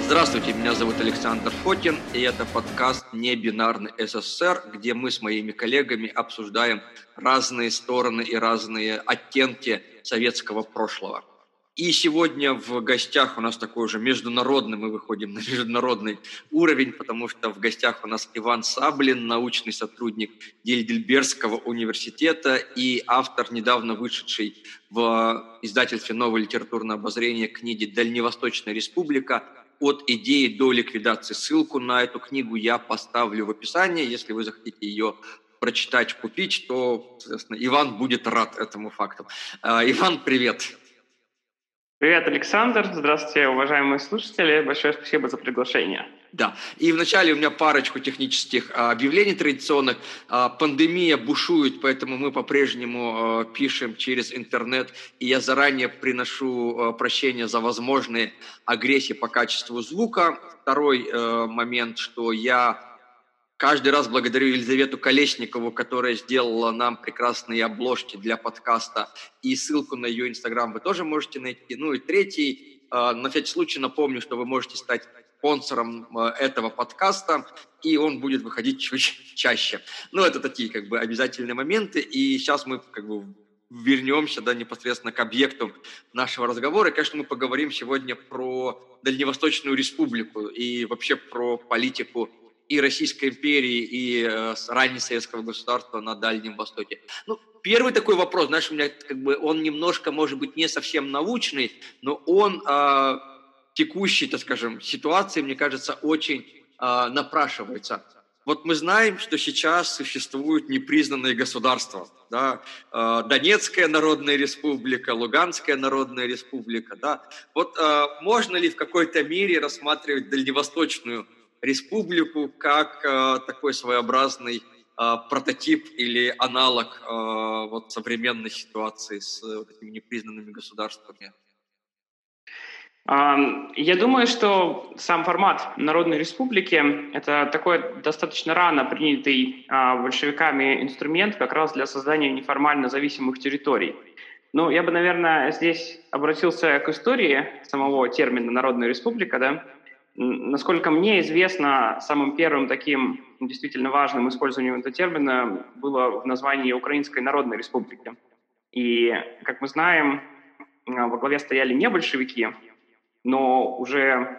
Здравствуйте, меня зовут Александр Фотин, и это подкаст «Небинарный СССР», где мы с моими коллегами обсуждаем разные стороны и разные оттенки советского прошлого. И сегодня в гостях у нас такой уже международный, мы выходим на международный уровень, потому что в гостях у нас Иван Саблин, научный сотрудник Гейдельбергского университета и автор, недавно вышедшей в издательстве «Новое литературное обозрение» книги «Дальневосточная республика. От идеи до ликвидации». Ссылку на эту книгу я поставлю в описании. Если вы захотите ее прочитать, купить, то, соответственно, Иван будет рад этому факту. Иван, привет. Привет, Александр. Здравствуйте, уважаемые слушатели. Большое спасибо за приглашение. Да, и вначале у меня парочку технических объявлений традиционных. Пандемия бушует, поэтому мы по-прежнему пишем через интернет, и я заранее приношу прощения за возможные агрессии по качеству звука. Второй момент, что я каждый раз благодарю Елизавету Колесникову, которая сделала нам прекрасные обложки для подкаста, и ссылку на ее Инстаграм вы тоже можете найти. Ну и третий, на всякий случай напомню, что вы можете стать спонсором этого подкаста, и он будет выходить чуть чаще. Ну, это такие как бы обязательные моменты, и сейчас мы как бы вернемся, да, непосредственно к объекту нашего разговора. И, конечно, мы поговорим сегодня про Дальневосточную республику и вообще про политику и Российской империи, и раннесоветского государства на Дальнем Востоке. Ну, первый такой вопрос, знаешь, у меня как бы он немножко, может быть, не совсем научный, но он текущей, так скажем, ситуации, мне кажется, очень напрашивается. Вот мы знаем, что сейчас существуют непризнанные государства, да, Донецкая Народная Республика, Луганская Народная Республика, да. Вот можно ли в какой-то мере рассматривать Дальневосточную республику как такой своеобразный прототип или аналог вот современной ситуации с вот этими непризнанными государствами? Я думаю, что сам формат Народной Республики — это такой достаточно рано принятый большевиками инструмент как раз для создания неформально зависимых территорий. Ну, я бы, наверное, здесь обратился к истории самого термина «Народная Республика», да. Насколько мне известно, самым первым таким действительно важным использованием этого термина было в названии Украинской Народной Республики. И, как мы знаем, во главе стояли не большевики, но уже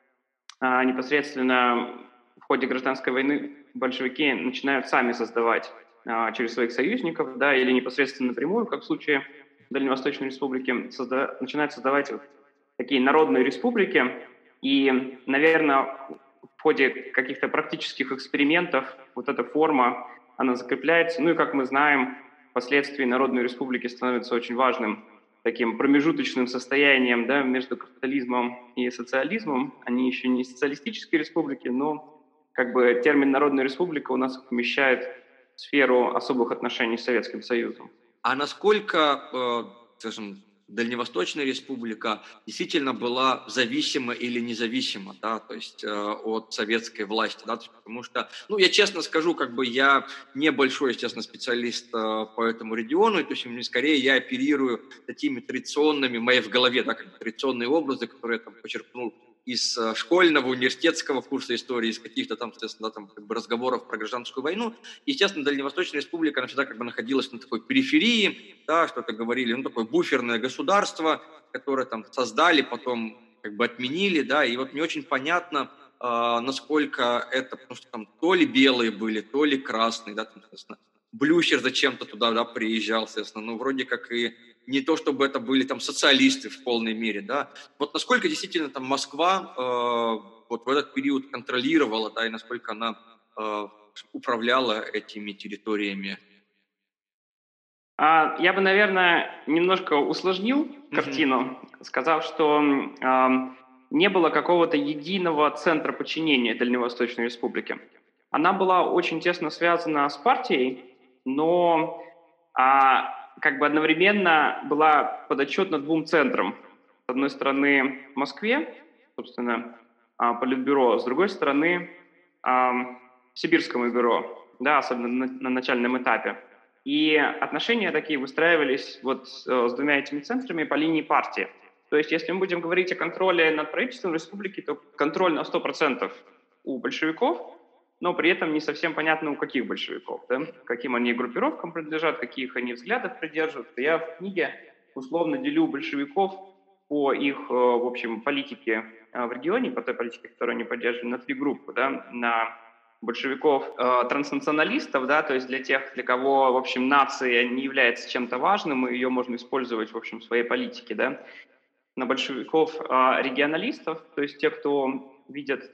непосредственно в ходе гражданской войны большевики начинают сами создавать через своих союзников, да, или непосредственно напрямую, как в случае Дальневосточной Республики, начинают создавать вот такие народные республики. И, наверное, в ходе каких-то практических экспериментов вот эта форма, она закрепляется. Ну и, как мы знаем, впоследствии народные республики становятся очень важным таким промежуточным состоянием, да, между капитализмом и социализмом. Они еще не социалистические республики, но как бы термин «народная республика» у нас помещает в сферу особых отношений с Советским Союзом. А насколько, скажем, Дальневосточная республика действительно была зависима или независима, да, то есть от советской власти, да, потому что, ну, я честно скажу, как бы я небольшой, естественно, специалист по этому региону, то есть скорее я оперирую такими традиционными, моей в голове, да, как бы традиционные образы, которые я там почерпнул из школьного, университетского курса истории, из каких-то там, соответственно, да, там, как бы разговоров про гражданскую войну. Естественно, Дальневосточная республика, она всегда как бы находилась на такой периферии, да, что-то говорили, ну, такое буферное государство, которое там создали, потом как бы отменили, да, и вот не очень понятно, насколько это, потому что там то ли белые были, то ли красные, да, там, соответственно, Блюхер зачем-то туда, да, приезжал, соответственно, ну, вроде как и не то, чтобы это были там социалисты в полной мере, да. Вот насколько действительно там Москва вот в этот период контролировала, да, и насколько она управляла этими территориями? Я бы, наверное, немножко усложнил картину, сказав, что не было какого-то единого центра подчинения Дальневосточной Республики. Она была очень тесно связана с партией, но как бы одновременно была подотчетна двум центрам. С одной стороны, Москве, собственно, Политбюро, с другой стороны, Сибирскому бюро, да, особенно на начальном этапе. И отношения такие выстраивались вот с двумя этими центрами по линии партии. То есть если мы будем говорить о контроле над правительством республики, то контроль на 100% у большевиков, но при этом не совсем понятно, у каких большевиков, да? Каким они группировкам принадлежат, каких они взглядов придерживаются. Я в книге условно делю большевиков по их, в общем, политике в регионе, по той политике, которую они поддерживают, на 3 группы, да? На большевиков транснационалистов, да, то есть для тех, для кого, в общем, нация не является чем-то важным, и ее можно использовать, в общем, в своей политике, да, на большевиков регионалистов, то есть те, кто видят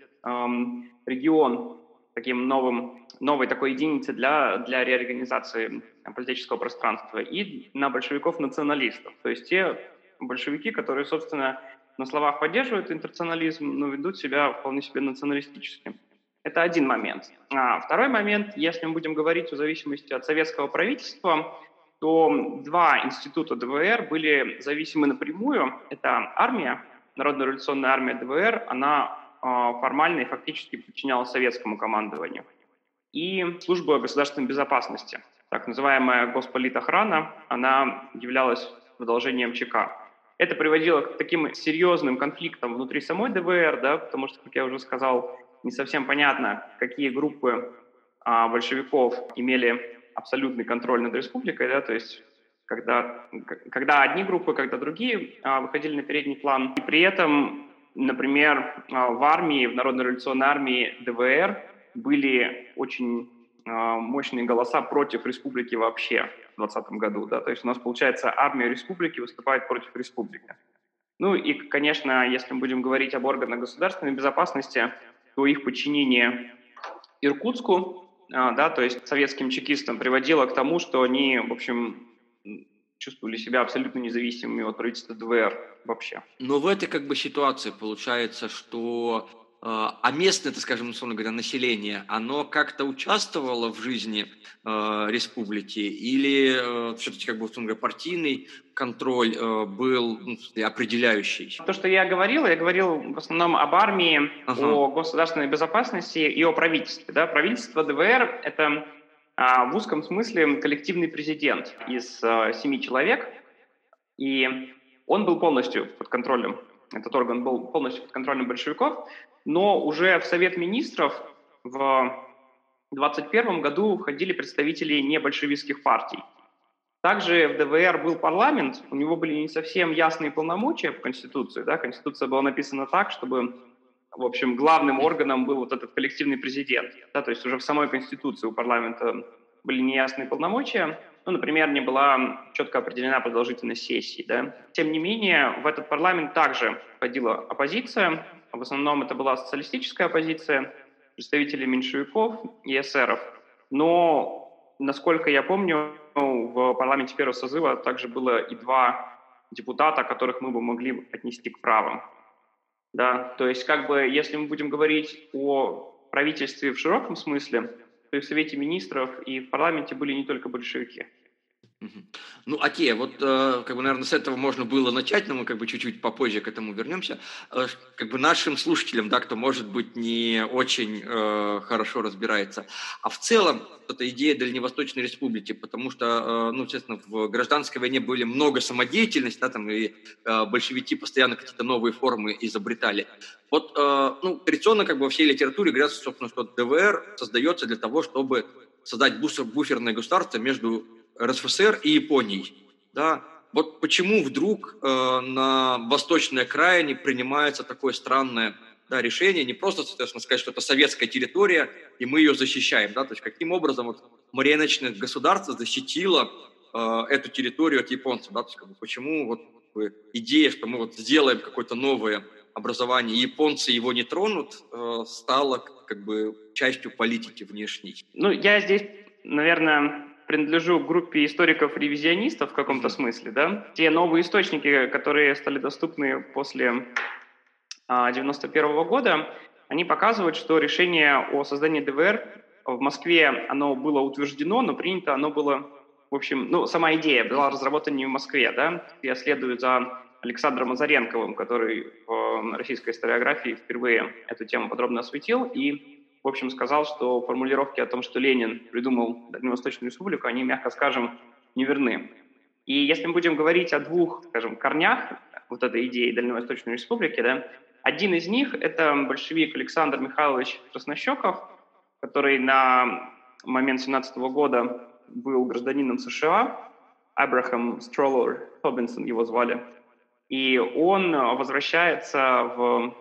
регион таким новой такой единицей для реорганизации политического пространства, и на большевиков-националистов, то есть те большевики, которые, собственно, на словах поддерживают интернационализм, но ведут себя вполне себе националистически. Это один момент. Второй момент, если мы будем говорить о зависимости от советского правительства, то 2 института ДВР были зависимы напрямую. Это армия, Народная революционная армия ДВР, она формально и фактически подчинялась советскому командованию. И служба государственной безопасности, так называемая госполитохрана, она являлась продолжением ЧК. Это приводило к таким серьезным конфликтам внутри самой ДВР, да, потому что, как я уже сказал, не совсем понятно, какие группы большевиков имели абсолютный контроль над республикой, да, то есть когда одни группы, когда другие выходили на передний план. И при этом, например, в армии, в Народной революционной армии ДВР были очень мощные голоса против республики вообще в 2020 году. Да? То есть у нас, получается, армия республики выступает против республики. Ну и, конечно, если мы будем говорить об органах государственной безопасности, то их подчинение Иркутску, да, то есть советским чекистам, приводило к тому, что они, в общем, чувствовали себя абсолютно независимыми от правительства ДВР вообще. Но в этой как бы ситуации получается, что местное, так скажем, условно говоря, население, оно как-то участвовало в жизни республики или все-таки как бы, условно говоря, партийный контроль был определяющий? То, что я говорил в основном об армии, о государственной безопасности и о правительстве. Да? Правительство ДВР – это в узком смысле коллективный президент из 7 человек, и он был полностью под контролем, этот орган был полностью под контролем большевиков, но уже в Совет министров в 1921 году входили представители небольшевистских партий. Также в ДВР был парламент, у него были не совсем ясные полномочия по Конституции. Да? Конституция была написана так, чтобы, в общем, главным органом был вот этот коллективный президент. Да? То есть уже в самой Конституции у парламента были неясные полномочия. Ну, например, не была четко определена продолжительность сессии. Да? Тем не менее, в этот парламент также входила оппозиция. В основном это была социалистическая оппозиция, представители меньшевиков и эсеров. Но, насколько я помню, в парламенте первого созыва также было и 2 депутата, которых мы бы могли отнести к правым. Да? То есть, как бы, если мы будем говорить о правительстве в широком смысле, то и в Совете министров, и в парламенте были не только большевики. Ну, окей, вот, как бы, наверное, с этого можно было начать, но мы, как бы, чуть-чуть попозже к этому вернемся. Как бы нашим слушателям, да, кто, может быть, не очень хорошо разбирается, а в целом эта идея Дальневосточной Республики, потому что, ну, честно, в гражданской войне были много самодеятельности, да, там, и большевики постоянно какие-то новые формы изобретали. Вот, ну, традиционно, как бы, во всей литературе говорят, собственно, что ДВР создается для того, чтобы создать буферное государство между РСФСР и Японией. Да? Вот почему вдруг на восточной окраине принимается такое странное, да, решение, не просто, соответственно, сказать, что это советская территория, и мы ее защищаем. Да? То есть каким образом вот марионеточное государство защитило эту территорию от японцев. Да? То есть, как бы, почему вот, идея, что мы вот сделаем какое-то новое образование, и японцы его не тронут, стала как бы частью политики внешней. Ну, я здесь, наверное, принадлежу к группе историков-ревизионистов в каком-то смысле, да. Те новые источники, которые стали доступны после 1991 года, они показывают, что решение о создании ДВР в Москве, оно было утверждено, но принято оно было, в общем, ну, сама идея была разработана не в Москве, да. Я следую за Александром Азаренковым, который в российской историографии впервые эту тему подробно осветил и, в общем, сказал, что формулировки о том, что Ленин придумал Дальневосточную республику, они, мягко скажем, неверны. И если мы будем говорить о 2, скажем, корнях вот этой идеи Дальневосточной Республики, да. Один из них – это большевик Александр Михайлович Краснощеков, который на момент 17 года был гражданином США, Абрахам Строллер Тобинсон его звали, и он возвращается в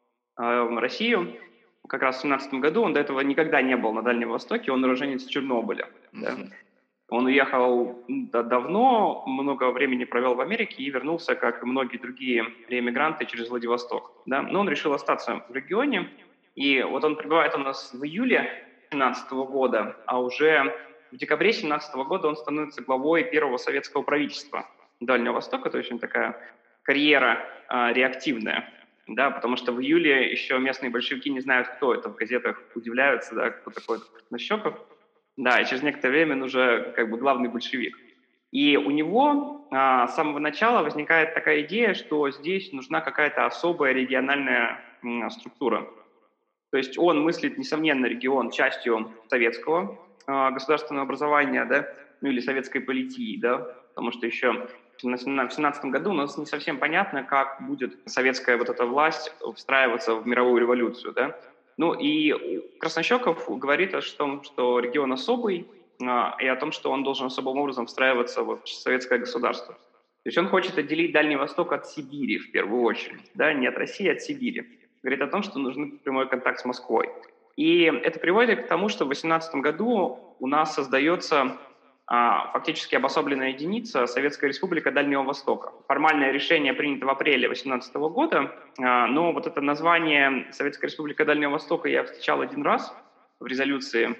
Россию как раз в 17 году. Он до этого никогда не был на Дальнем Востоке, он уроженец Чернобыля. Да? Он уехал давно, много времени провел в Америке и вернулся, как и многие другие реэмигранты, через Владивосток. Да? Но он решил остаться в регионе, и вот он прибывает у нас в июле 2017 года, а уже в декабре 2017 года он становится главой первого советского правительства Дальнего Востока, то есть очень такая карьера реактивная. Да, потому что в июле еще местные большевики не знают, кто это, в газетах удивляются, да, кто такой Краснощеков. Да, и через некоторое время он уже как бы главный большевик. И у него с самого начала возникает такая идея, что здесь нужна какая-то особая региональная структура. То есть он мыслит, несомненно, регион частью советского государственного образования, да, ну или советской политии, да, потому что еще в 2017 году у нас не совсем понятно, как будет советская вот эта власть встраиваться в мировую революцию, да. Ну и Краснощеков говорит о том, что регион особый, и о том, что он должен особым образом встраиваться в советское государство. То есть он хочет отделить Дальний Восток от Сибири в первую очередь, да, не от России, а от Сибири. Говорит о том, что нужен прямой контакт с Москвой. И это приводит к тому, что в 2018 году у нас создается фактически обособленная единица Советская Республика Дальнего Востока. Формальное решение принято в апреле 2018 года, но вот это название Советская Республика Дальнего Востока я встречал один раз в резолюции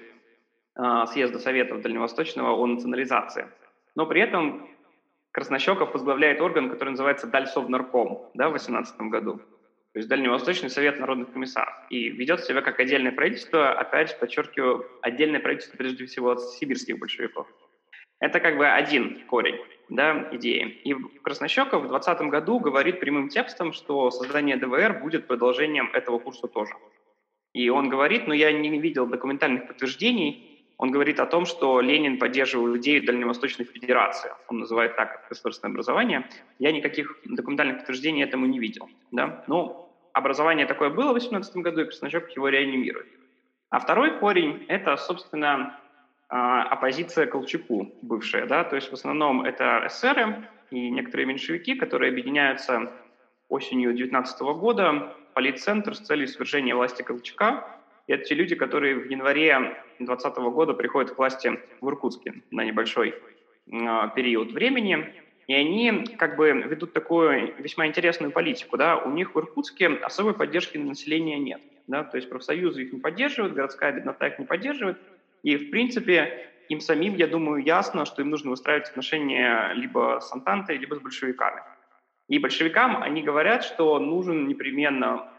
съезда Советов Дальневосточного о национализации. Но при этом Краснощеков возглавляет орган, который называется Дальсовнарком, да, в 2018 году. То есть Дальневосточный совет народных комиссаров. И ведет себя как отдельное правительство, опять же, подчеркиваю, отдельное правительство прежде всего от сибирских большевиков. Это как бы один корень, да, идеи. И Краснощеков в 2020 году говорит прямым текстом, что создание ДВР будет продолжением этого курса тоже. И он говорит, но я не видел документальных подтверждений, он говорит о том, что Ленин поддерживал идею Дальневосточной Федерации. Он называет так государственное образование. Я никаких документальных подтверждений этому не видел. Да? Но образование такое было в 2018 году, и Краснощеков его реанимирует. А второй корень – это, собственно, оппозиция Колчаку бывшая. Да? То есть в основном это эсеры и некоторые меньшевики, которые объединяются осенью 2019 года в политцентр с целью свержения власти Колчака. И это те люди, которые в январе 2020 года приходят к власти в Иркутске на небольшой период времени. И они как бы ведут такую весьма интересную политику. Да? У них в Иркутске особой поддержки населения нет. Да? То есть профсоюзы их не поддерживают, городская беднота их не поддерживает. И, в принципе, им самим, я думаю, ясно, что им нужно выстраивать отношения либо с Антантой, либо с большевиками. И большевикам они говорят, что нужен непременно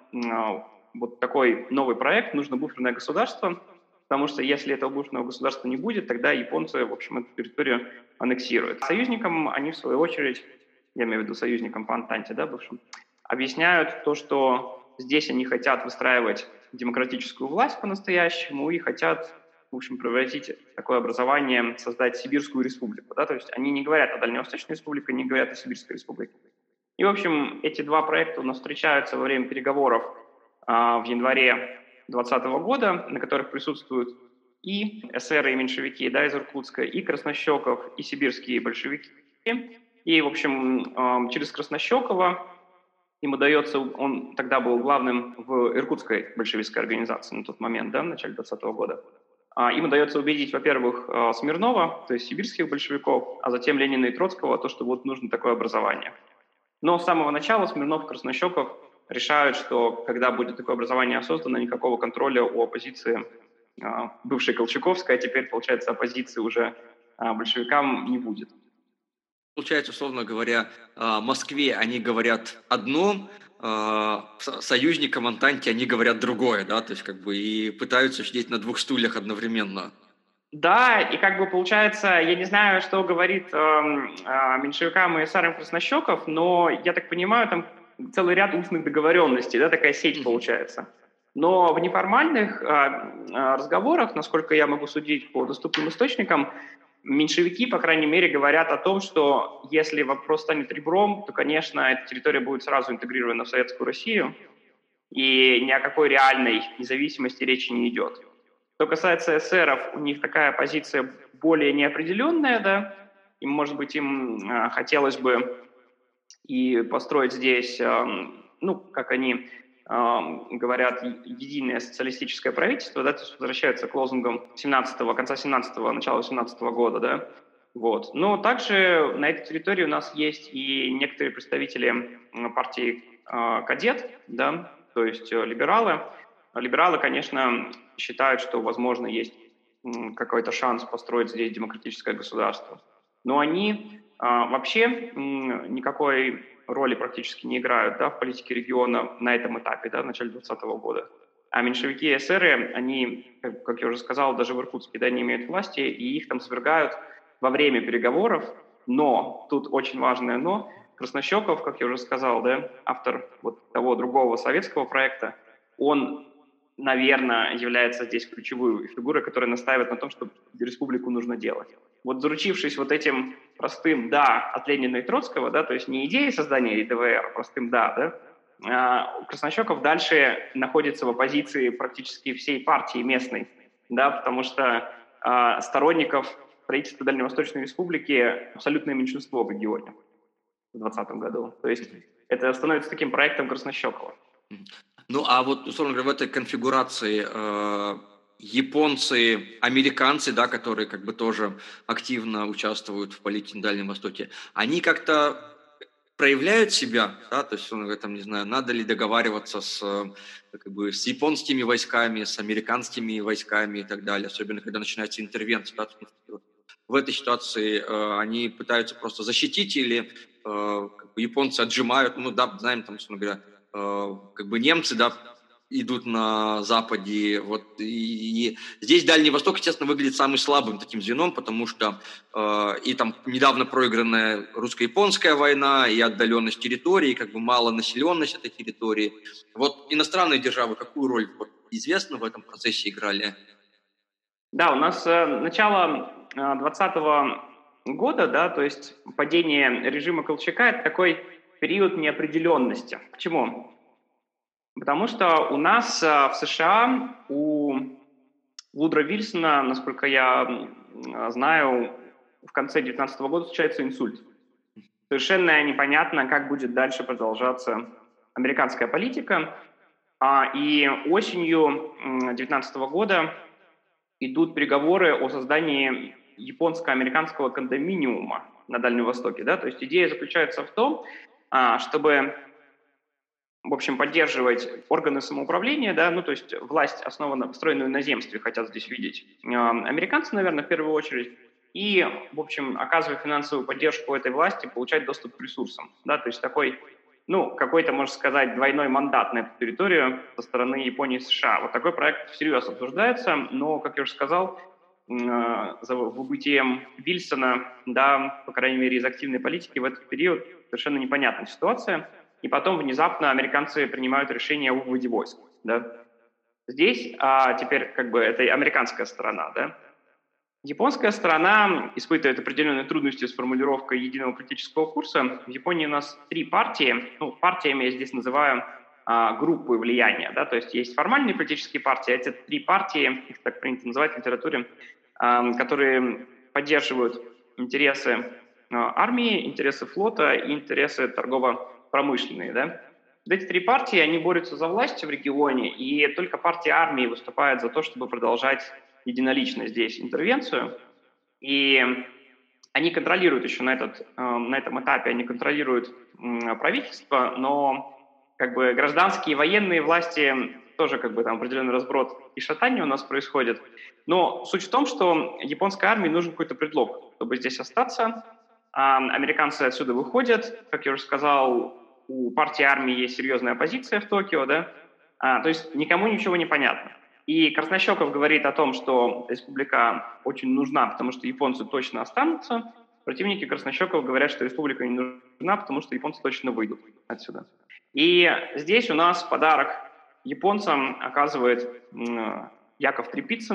вот такой новый проект, нужно буферное государство, потому что если этого буферного государства не будет, тогда японцы, в общем, эту территорию аннексируют. Союзникам они, в свою очередь, я имею в виду союзникам по Антанте, да, бывшим, объясняют то, что здесь они хотят выстраивать демократическую власть по-настоящему и хотят, в общем, превратить такое образование, создать Сибирскую республику. Да? То есть они не говорят о Дальневосточной республике, не говорят о Сибирской республике. И, в общем, эти два проекта у нас встречаются во время переговоров в январе 2020 года, на которых присутствуют и эсеры, и меньшевики, да, из Иркутска, и Краснощеков, и сибирские большевики. И, в общем, через Краснощекова ему удается, он тогда был главным в иркутской большевистской организации на тот момент, да, в начале 2020 года. Им удается убедить, во-первых, Смирнова, то есть сибирских большевиков, а затем Ленина и Троцкого, то, что вот нужно такое образование. Но с самого начала Смирнов и Краснощеков решают, что когда будет такое образование создано, никакого контроля у оппозиции бывшей Колчаковской, а теперь, получается, оппозиции уже большевикам не будет. Получается, условно говоря, в Москве они говорят одно, союзникам Антанте они говорят другое, да, то есть как бы и пытаются сидеть на двух стульях одновременно. Да, и как бы получается, я не знаю, что говорит меньшевикам и эсерам Краснощеков, но, я так понимаю, там целый ряд устных договоренностей, да, такая сеть получается. Но в неформальных разговорах, насколько я могу судить по доступным источникам, Меньшевики, по крайней мере, говорят о том, что если вопрос станет ребром, то, конечно, эта территория будет сразу интегрирована в Советскую Россию, и ни о какой реальной независимости речи не идет. Что касается эсеров, у них такая позиция более неопределенная, да, и, может быть, им хотелось бы и построить здесь, ну, как они говорят, единое социалистическое правительство, да, то есть возвращаются к лозунгам конца 17-го, начала 17-го года, да, вот. Но также на этой территории у нас есть и некоторые представители партии «Кадет», да, то есть либералы. Либералы, конечно, считают, что, возможно, есть какой-то шанс построить здесь демократическое государство. Но они вообще никакой роли практически не играют, да, в политике региона на этом этапе, да, в начале 2020 года. А меньшевики и эсеры, они, как я уже сказал, даже в Иркутске, да, не имеют власти, и их там свергают во время переговоров. Но, тут очень важное но, Краснощеков, как я уже сказал, да, автор вот того другого советского проекта, он, наверное, является здесь ключевой фигурой, которая настаивает на том, что республику нужно делать. Вот заручившись вот этим простым «да» от Ленина и Троцкого, да, то есть не идеей создания ДВР, а простым «да», да, Краснощеков дальше находится в оппозиции практически всей партии местной, да, потому что сторонников строительства Дальневосточной Республики абсолютное меньшинство в регионе в 2020 году. То есть это становится таким проектом Краснощекова. Ну, а вот, условно говоря, в этой конфигурации японцы, американцы, да, которые как бы тоже активно участвуют в политике на Дальнем Востоке, они как-то проявляют себя, да, то есть, там, не знаю, надо ли договариваться как бы, с японскими войсками, с американскими войсками и так далее, особенно когда начинается интервенция, да, в этой ситуации они пытаются просто защитить или как бы японцы отжимают, ну да, знаем, там, условно говоря, как бы немцы, да, идут на Западе, вот, и здесь Дальний Восток, естественно, выглядит самым слабым таким звеном, потому что и там недавно проигранная русско-японская война, и отдаленность территории, как бы малонаселенность этой территории. Вот иностранные державы какую роль известно в этом процессе играли? Да, у нас начало 2020 года, да, то есть падение режима Колчака – это такой период неопределенности. Почему? Потому что у нас в США, у Вудро Вильсона, насколько я знаю, в конце 2019 года случается инсульт. Совершенно непонятно, как будет дальше продолжаться американская политика. И осенью 2019 года идут переговоры о создании японско-американского кондоминиума на Дальнем Востоке. Да? То есть идея заключается в том, чтобы, в общем, поддерживать органы самоуправления, да, ну, то есть власть, построенную на земстве, хотят здесь видеть американцы, наверное, в первую очередь, и, в общем, оказывая финансовую поддержку этой власти, получать доступ к ресурсам. Да? То есть такой, ну, какой-то, можно сказать, двойной мандат на эту территорию со стороны Японии и США. Вот такой проект всерьез обсуждается, но, как я уже сказал, за выбытием Вильсона, да, по крайней мере, из активной политики в этот период совершенно непонятная ситуация. И потом внезапно американцы принимают решение о выводе войск. Да. Здесь теперь как бы это американская сторона, да. Японская сторона испытывает определенные трудности с формулировкой единого политического курса. В Японии у нас 3 партии. Ну, партиями я здесь называю группы влияния. Да? То есть есть формальные политические партии, а эти 3 партии, их так принято называть в литературе, которые поддерживают интересы армии, интересы флота и интересы торгово-промышленные. Да? Вот эти 3 партии, они борются за власть в регионе, и только партия армии выступает за то, чтобы продолжать единолично здесь интервенцию, и они контролируют еще на этом этапе, они контролируют правительство, но как бы гражданские и военные власти тоже как бы там определенный разброд и шатание у нас происходит. Но суть в том, что японской армии нужен какой-то предлог, чтобы здесь остаться. Американцы отсюда выходят, как я уже сказал, у партии армии есть серьезная оппозиция в Токио, да, то есть никому ничего не понятно. И Краснощеков говорит о том, что республика очень нужна, потому что японцы точно останутся. Противники Краснощекова говорят, что республика не нужна, потому что японцы точно выйдут отсюда. И здесь у нас подарок японцам оказывает Яков Трепицын,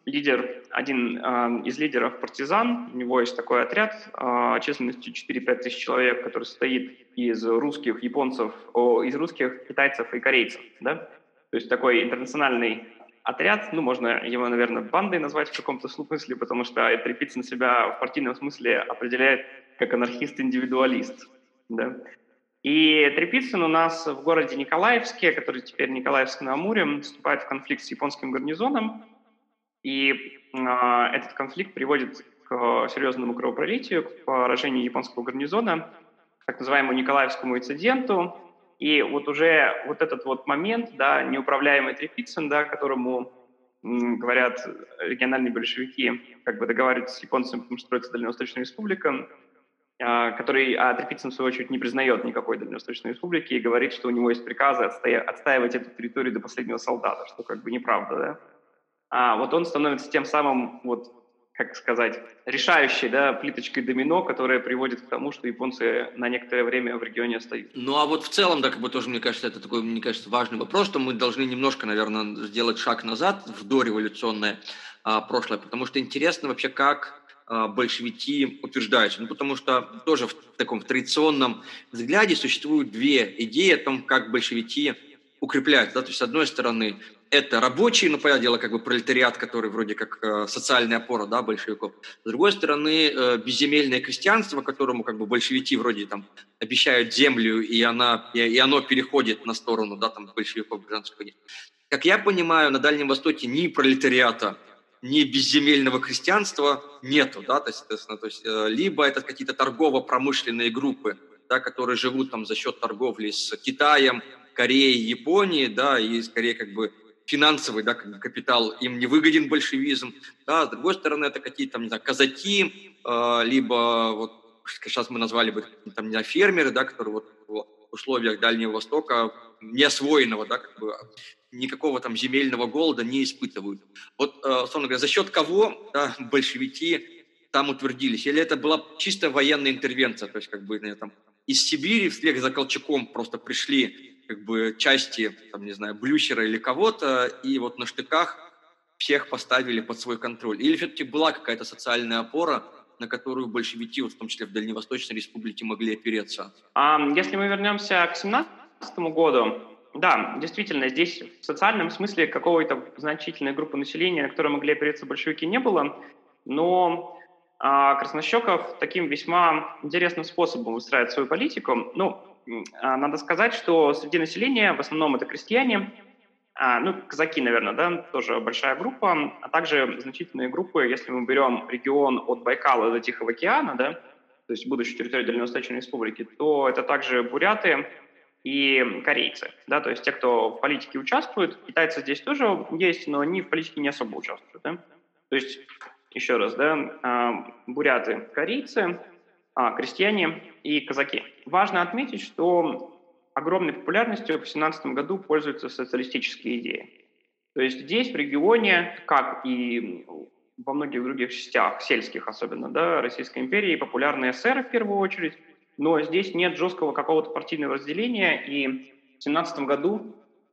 один из лидеров партизан, у него есть такой отряд численностью 4-5 тысяч человек, который состоит из русских, японцев, из русских, китайцев и корейцев, да? То есть такой интернациональный отряд, ну, можно его, наверное, бандой назвать в каком-то смысле, потому что Трепицын себя в партийном смысле определяет как анархист-индивидуалист, да? И Трепицын у нас в городе Николаевске, который теперь Николаевск на Амуре, вступает в конфликт с японским гарнизоном, и этот конфликт приводит к серьезному кровопролитию, к поражению японского гарнизона, к так называемому Николаевскому инциденту. И вот уже вот этот вот момент, да, неуправляемый Трепицын, да, которому говорят региональные большевики, как бы договариваются с японцами, потому что строится Дальневосточная республика, который Трепицын, в свою очередь, не признает никакой Дальневосточной республики и говорит, что у него есть приказы отстаивать эту территорию до последнего солдата, что как бы неправда, да. Вот он становится тем самым, вот, как сказать, решающей, да, плиточкой домино, которая приводит к тому, что японцы на некоторое время в регионе остаются. Ну, а вот в целом, да, как бы тоже, мне кажется, это такой, мне кажется, важный вопрос, что мы должны немножко, наверное, сделать шаг назад в дореволюционное прошлое, потому что интересно вообще, как большевики утверждаются. Ну, потому что тоже в таком традиционном взгляде существуют две идеи о том, как большевики укрепляются. Да? То есть, с одной стороны, это рабочие, ну, понятное дело, как бы пролетариат, который вроде как социальная опора, да, большевиков. С другой стороны, безземельное крестьянство, которому как бы большевики вроде там обещают землю, и оно переходит на сторону, да, там, большевиков гражданского. Как я понимаю, на Дальнем Востоке ни пролетариата, ни безземельного крестьянства нету, да, то есть либо это какие-то торгово-промышленные группы, да, которые живут там за счет торговли с Китаем, Кореей, Японией, да, и скорее как бы финансовый, да, как бы капитал им не выгоден большевизм, да, с другой стороны, это какие-то, там, не знаю, казаки, либо вот сейчас мы назвали бы там, не знаю, фермеры, да, которые вот в условиях Дальнего Востока неосвоенного, да, как бы никакого там земельного голода не испытывают. Вот, условно говоря, за счет кого, да, большевики там утвердились? Или это была чисто военная интервенция, то есть как бы там из Сибири вслед за Колчаком просто пришли как бы части, там, не знаю, Блюхера или кого-то, и вот на штыках всех поставили под свой контроль? Или все-таки была какая-то социальная опора, на которую большевики, вот в том числе в Дальневосточной республике, могли опереться? Если мы вернемся к 17 году, да, действительно, здесь в социальном смысле какой-то значительной группы населения, на которой могли опереться большевики, не было, но Краснощеков таким весьма интересным способом выстраивает свою политику. Ну, надо сказать, что среди населения в основном это крестьяне, казаки, наверное, да, тоже большая группа, а также значительные группы, если мы берем регион от Байкала до Тихого океана, да, то есть будущей территории Дальневосточной республики, то это также буряты и корейцы, да, то есть те, кто в политике участвует. Китайцы здесь тоже есть, но они в политике не особо участвуют, да. То есть, еще раз, да, буряты, корейцы, крестьяне и казаки. Важно отметить, что огромной популярностью в 17 году пользуются социалистические идеи. То есть здесь, в регионе, как и во многих других частях, сельских особенно, да, Российской империи, популярны эсеры в первую очередь, но здесь нет жесткого какого-то партийного разделения, и в 17 году,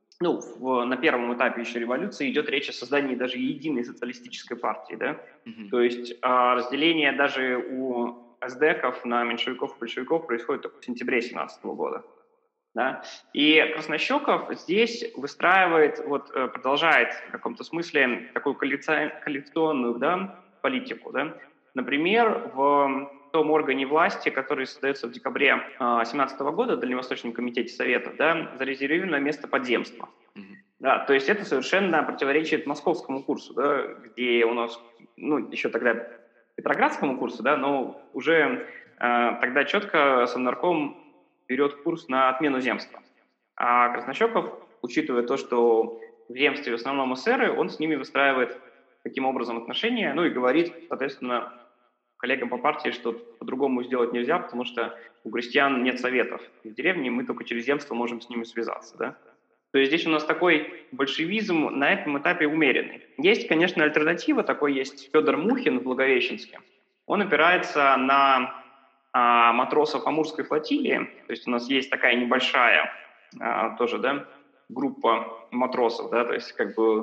на первом этапе еще революции идет речь о создании даже единой социалистической партии, да, то есть разделение даже у эсдеков на меньшевиков и большевиков происходит только в сентябре 17 года. Да? И Краснощеков здесь выстраивает, продолжает в каком-то смысле такую коалиционную, да, политику. Да? Например, в том органе власти, который создается в декабре 2017 года, в Дальневосточном комитете Советов, да, зарезервировано место подземства. Да, то есть это совершенно противоречит московскому курсу, да, где у нас, еще тогда петроградскому курсу, да, но уже тогда четко Совнарком берет курс на отмену земства. А Краснощеков, учитывая то, что в земстве в основном эсеры, он с ними выстраивает таким образом отношения, и говорит, соответственно, коллегам по партии, что по-другому сделать нельзя, потому что у крестьян нет советов в деревне, мы только через земство можем с ними связаться. Да? То есть здесь у нас такой большевизм на этом этапе умеренный. Есть, конечно, альтернатива, такой есть Федор Мухин в Благовещенске. Он опирается на матросов Амурской флотилии, то есть у нас есть такая небольшая тоже, да, группа матросов, да, то есть как бы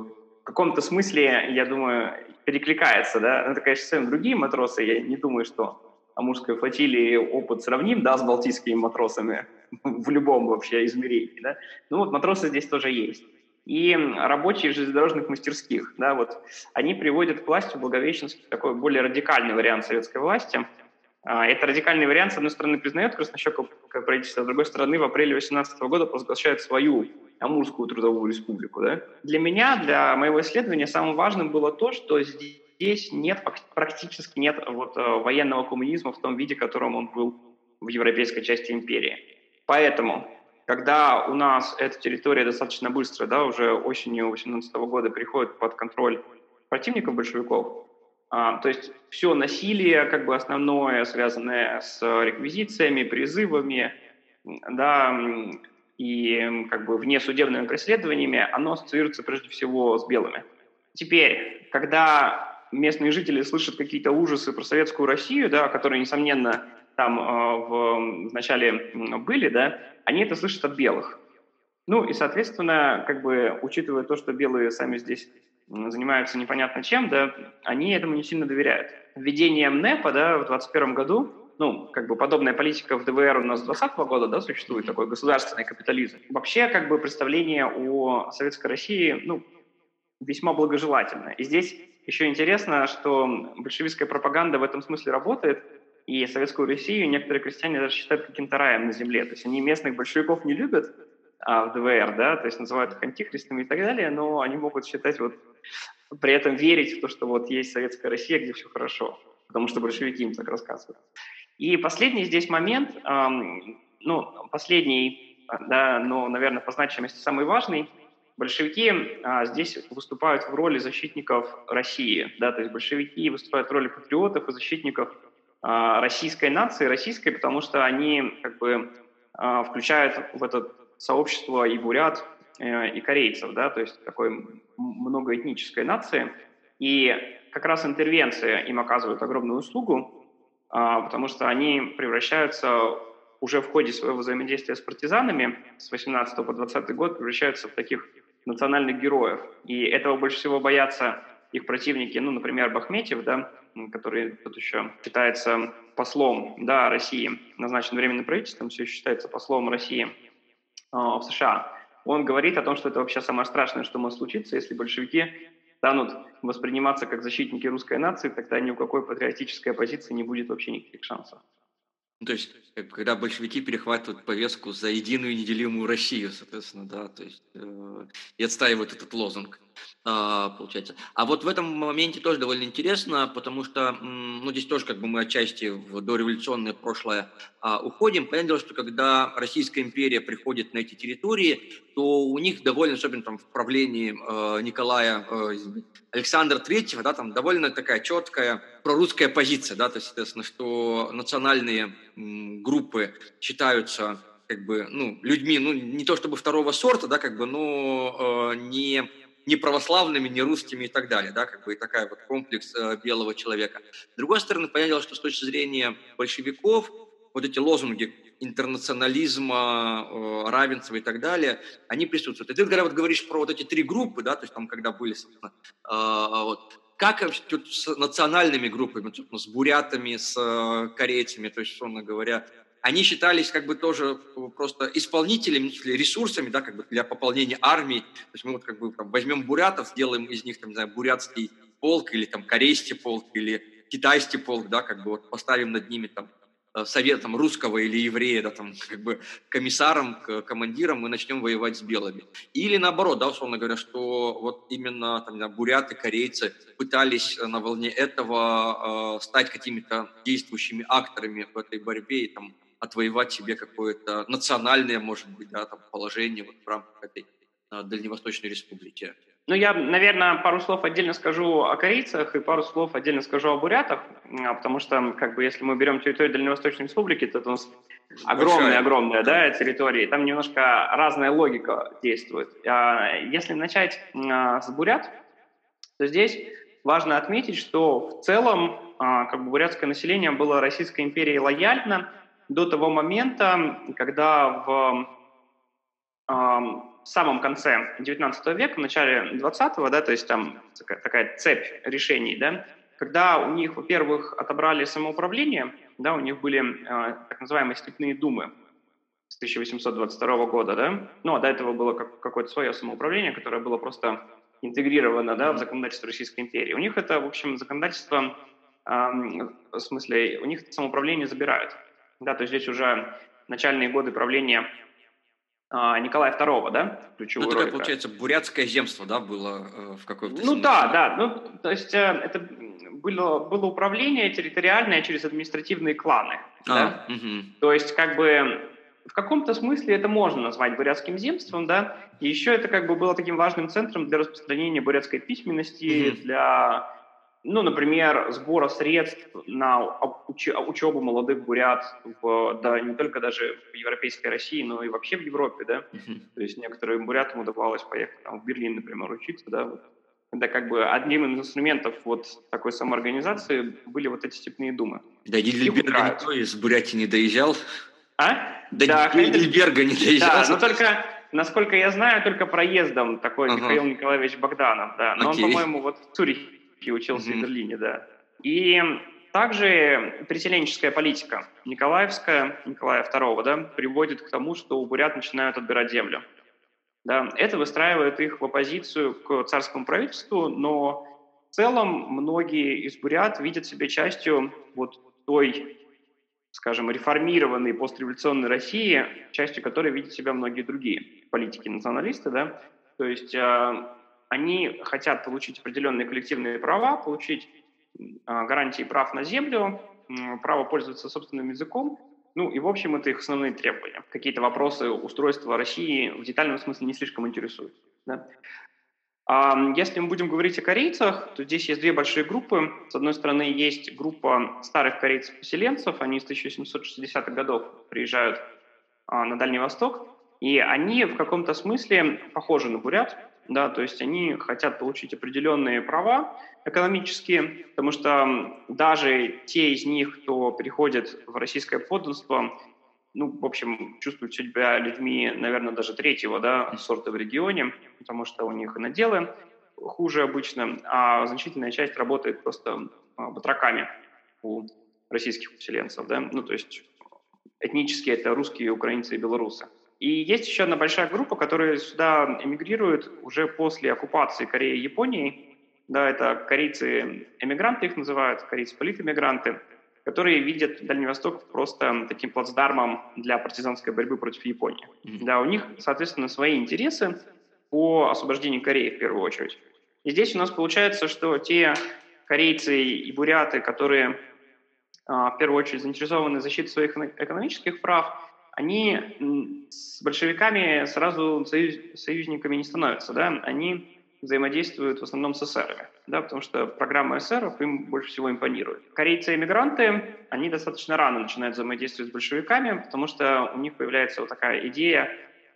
в каком-то смысле, я думаю, перекликается, да. Это, конечно, совсем другие матросы. Я не думаю, что Амурской флотилии опыт сравним, да, с балтийскими матросами в любом вообще измерении, да. Ну вот матросы здесь тоже есть. И рабочие железнодорожных мастерских, да, вот они приводят к власти в Благовещенске такой более радикальный вариант советской власти. Это радикальный вариант, с одной стороны, признает краснощекое правительство, а с другой стороны, в апреле 2018 года провозглашает свою Амурскую трудовую республику. Да? Для меня, для моего исследования, самым важным было то, что здесь практически нет военного коммунизма в том виде, в котором он был в европейской части империи. Поэтому, когда у нас эта территория достаточно быстро, да, уже осенью 2018 года приходит под контроль противников большевиков, то есть все насилие, как бы основное, связанное с реквизициями, призывами, да, и как бы внесудебными преследованиями, оно ассоциируется прежде всего с белыми. Теперь, когда местные жители слышат какие-то ужасы про советскую Россию, да, которые, несомненно, там вначале были, да, они это слышат от белых. Ну и, соответственно, как бы учитывая то, что белые сами здесь занимаются непонятно чем, да, они этому не сильно доверяют. Введением НЭПа, да, в 2021 году, ну, как бы подобная политика в ДВР у нас с 2020 года, да, существует, такой государственный капитализм. Вообще, как бы представление о советской России, ну, весьма благожелательно. И здесь еще интересно, что большевистская пропаганда в этом смысле работает, и советскую Россию некоторые крестьяне даже считают каким-то раем на земле. То есть они местных большевиков не любят, в ДВР, да, то есть называют их антихристами и так далее, но они могут считать вот, при этом верить в то, что вот есть советская Россия, где все хорошо, потому что большевики им так рассказывают. И последний здесь момент, последний, да, но, наверное, по значимости самый важный, большевики здесь выступают в роли защитников России, да, то есть большевики выступают в роли патриотов и защитников российской нации, российской, потому что они как бы включают в этот сообщество и бурят, и корейцев, да, то есть такой многоэтнической нации. И как раз интервенция им оказывает огромную услугу, потому что они превращаются уже в ходе своего взаимодействия с партизанами с 18 по 20 год превращаются в таких национальных героев. И этого больше всего боятся их противники, ну, например, Бахметьев, да, который тут еще считается послом, да, России, назначен временным правительством, все еще считается послом России в США. Он говорит о том, что это вообще самое страшное, что может случиться, если большевики станут восприниматься как защитники русской нации, тогда ни у какой патриотической оппозиции не будет вообще никаких шансов. Ну, то есть, когда большевики перехватывают повестку за единую неделимую Россию, соответственно, да, то есть и отстаивают этот лозунг, получается. А вот в этом моменте тоже довольно интересно, потому что, ну, здесь тоже как бы мы отчасти в дореволюционное прошлое уходим. Понятное дело, что когда Российская империя приходит на эти территории, то у них довольно, особенно там в правлении Александра III, да, там довольно такая четкая прорусская позиция, да, то есть, соответственно, что национальные группы считаются как бы, ну, людьми, ну, не то чтобы второго сорта, да, как бы, но не православными, не русскими и так далее, да, как бы и такая вот комплекс белого человека. С другой стороны, понятное дело, что с точки зрения большевиков вот эти лозунги интернационализма, равенства и так далее, они присутствуют. И ты, когда вот говоришь про вот эти три группы, да, то есть там, когда были, собственно, вот, как тут с национальными группами, собственно, с бурятами, с корейцами, то есть, условно говоря, они считались как бы тоже просто исполнителями, ресурсами, да, как бы для пополнения армии. То есть мы вот как бы там возьмем бурятов, сделаем из них, там, не знаю, бурятский полк или там корейский полк или китайский полк, да, как бы вот поставим над ними там советом русского или еврея, да, там, как бы комиссаром, командиром, мы начнем воевать с белыми. Или наоборот, да, условно говоря, что вот именно там, да, буряты, корейцы пытались на волне этого стать какими-то действующими акторами в этой борьбе и там отвоевать себе какое-то национальное, может быть, да, там, положение вот в рамках этой Дальневосточной республики. Ну, я, наверное, пару слов отдельно скажу о корейцах и пару слов отдельно скажу о бурятах, потому что, как бы, если мы берем территорию Дальневосточной республики, то это у нас огромная, да, территория, там немножко разная логика действует. Если начать с бурят, то здесь важно отметить, что в целом, как бы, бурятское население было Российской империей лояльно до того момента, когда в в самом конце XIX века, в начале XX, да, то есть там такая цепь решений, да, когда у них, во-первых, отобрали самоуправление, да, у них были так называемые степные думы с 1822 года, да, ну, а до этого было какое-то свое самоуправление, которое было просто интегрировано, да, в законодательство Российской империи. У них это, в общем, законодательство, в смысле, у них это самоуправление забирают, да, то есть здесь уже начальные годы правления Николая II, да, Ну, ключевую такое, роль играет. получается, бурятское земство, да, было в каком-то Ну да, смысле. да, ну, то есть это было управление территориальное через административные кланы, да, Мгм. то есть как бы в каком-то смысле это можно назвать бурятским земством, да, и еще это как бы было таким важным центром для распространения бурятской письменности, Мгм. для, ну, например, сбора средств на учебу молодых бурят, да, не только даже в европейской России, но и вообще в Европе, да, Мгм. то есть некоторым бурятам удавалось поехать там, в Берлин, например, учиться, да, вот. Это как бы одним из инструментов вот такой самоорганизации были вот эти степные думы. До Их Гейдельберга убирают. никто из Бурятии не доезжал. А? До Да, Гейдельберга не доезжал, да, но соответственно. только, насколько я знаю, только проездом такой Ага, Михаил Николаевич Богданов, да. Но он, окей. по-моему, вот в Цюрихе учился и в Мгм. Берлине, да. И также переселенческая политика Николаевская, Николая II, да, приводит к тому, что у бурят начинают отбирать землю. Да. Это выстраивает их в оппозицию к царскому правительству, но в целом многие из бурят видят себя частью вот той, скажем, реформированной постреволюционной России, частью которой видят себя многие другие политики-националисты, да, то есть они хотят получить определенные коллективные права, получить гарантии прав на землю, право пользоваться собственным языком, ну и в общем это их основные требования. Какие-то вопросы устройства России в детальном смысле не слишком интересуют. Да? Если мы будем говорить о корейцах, то здесь есть две большие группы. С одной стороны, есть группа старых корейцев-поселенцев, они с 1760-х годов приезжают на Дальний Восток, и они в каком-то смысле похожи на бурят, да, то есть они хотят получить определенные права экономические, потому что даже те из них, кто приходит в российское подданство, ну, в общем, чувствуют себя людьми, наверное, даже третьего, да, сорта в регионе, потому что у них и наделы хуже обычно, а значительная часть работает просто батраками у российских поселенцев, да, ну, то есть этнически это русские, украинцы и белорусы. И есть еще одна большая группа, которая сюда эмигрирует уже после оккупации Кореи Японией. Да, это корейцы-эмигранты их называют, корейцы-политэмигранты, которые видят Дальний Восток просто таким плацдармом для партизанской борьбы против Японии. Мгм. Да, у них, соответственно, свои интересы по освобождению Кореи в первую очередь. И здесь у нас получается, что те корейцы и буряты, которые в первую очередь заинтересованы в защите своих экономических прав, они с большевиками сразу союзниками не становятся, да, они взаимодействуют в основном с эсерами, да, потому что программа эсеров им больше всего импонирует. Корейцы-эмигранты, они достаточно рано начинают взаимодействовать с большевиками, потому что у них появляется вот такая идея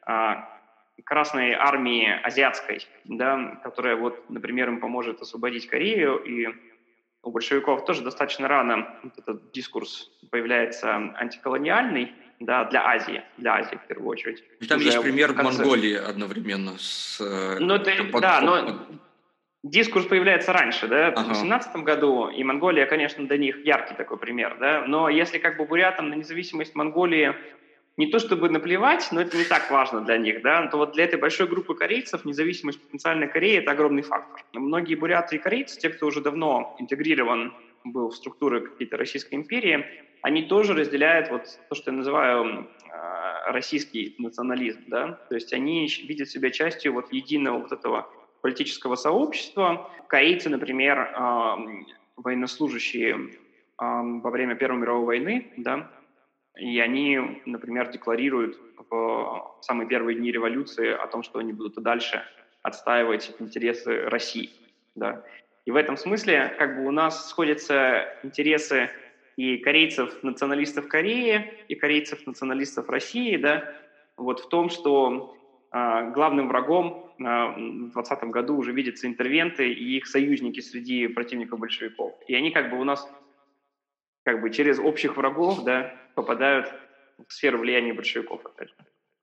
Красной армии азиатской, да, которая вот, например, им поможет освободить Корею, и у большевиков тоже достаточно рано вот этот дискурс появляется антиколониальный, да, для Азии в первую очередь. И там есть Уже в пример конце. Монголии одновременно с Ну, это, каким-то да, но дискурс появляется раньше, да, в Ага. 18 году, и Монголия, конечно, для них яркий такой пример, да, но если как бы бурятам на независимость Монголии не то чтобы наплевать, но это не так важно для них, да, то вот для этой большой группы корейцев независимость потенциальной Кореи – это огромный фактор. Многие буряты и корейцы, те, кто уже давно интегрирован был в структуры какие-то Российской империи, они тоже разделяют вот то, что я называю российский национализм, да, то есть они видят себя частью вот единого вот этого политического сообщества. Корейцы, например, военнослужащие во время Первой мировой войны, да, и они, например, декларируют в самые первые дни революции о том, что они будут и дальше отстаивать интересы России. Да. И в этом смысле как бы у нас сходятся интересы и корейцев-националистов Кореи, и корейцев-националистов России, да, вот в том, что главным врагом в 2020 году уже видятся интервенты и их союзники среди противников большевиков. И они как бы у нас как бы через общих врагов, да, попадают в сферу влияния большевиков, опять же.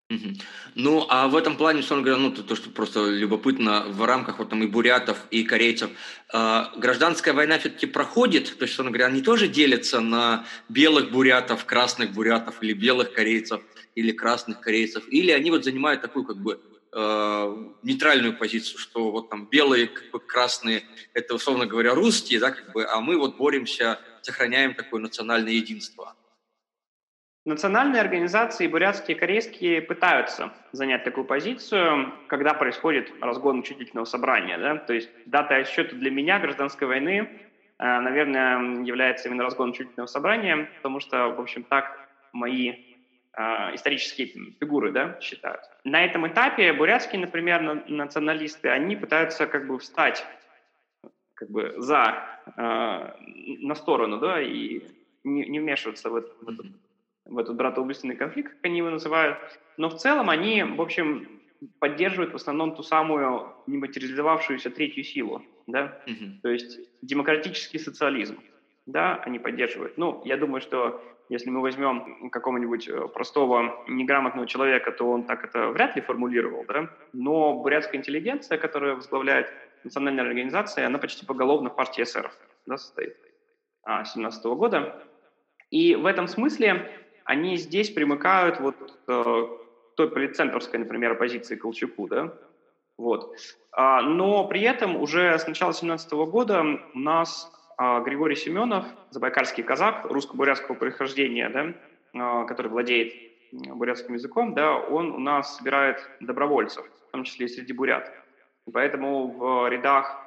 Мгм. Ну, а в этом плане, условно говоря, ну, то, что просто любопытно, в рамках вот там и бурятов, и корейцев, гражданская война все-таки проходит, то есть, условно говоря, они тоже делятся на белых бурятов, красных бурятов, или белых корейцев, или красных корейцев, или они вот занимают такую, как бы, нейтральную позицию, что вот там белые, как бы, красные, это, условно говоря, русские, да, как бы, а мы вот боремся, сохраняем такое национальное единство. Национальные организации бурятские и корейские пытаются занять такую позицию, когда происходит разгон учредительного собрания. Да? То есть датой отсчета для меня гражданской войны, наверное, является именно разгон учредительного собрания, потому что, в общем, так мои исторические фигуры, да, считают. На этом этапе бурятские, например, националисты, они пытаются как бы встать как бы на сторону, да, и не вмешиваться в этот братоубийственный конфликт, как они его называют. Но в целом они, в общем, поддерживают в основном ту самую нематериализовавшуюся третью силу, да, Мгм. то есть демократический социализм, да, они поддерживают. Ну, я думаю, что если мы возьмем какого-нибудь простого неграмотного человека, то он так это вряд ли формулировал, да, но бурятская интеллигенция, которая возглавляет национальная организация, она почти поголовно в партии эсеров, да, состоит, 17 года. И в этом смысле они здесь примыкают вот к той полицентровской, например, оппозиции Колчаку, да, вот. Но при этом уже с начала 17 года у нас Григорий Семенов, забайкальский казак русско-бурятского происхождения, да, который владеет бурятским языком, да, он у нас собирает добровольцев, в том числе и среди бурят. Поэтому в рядах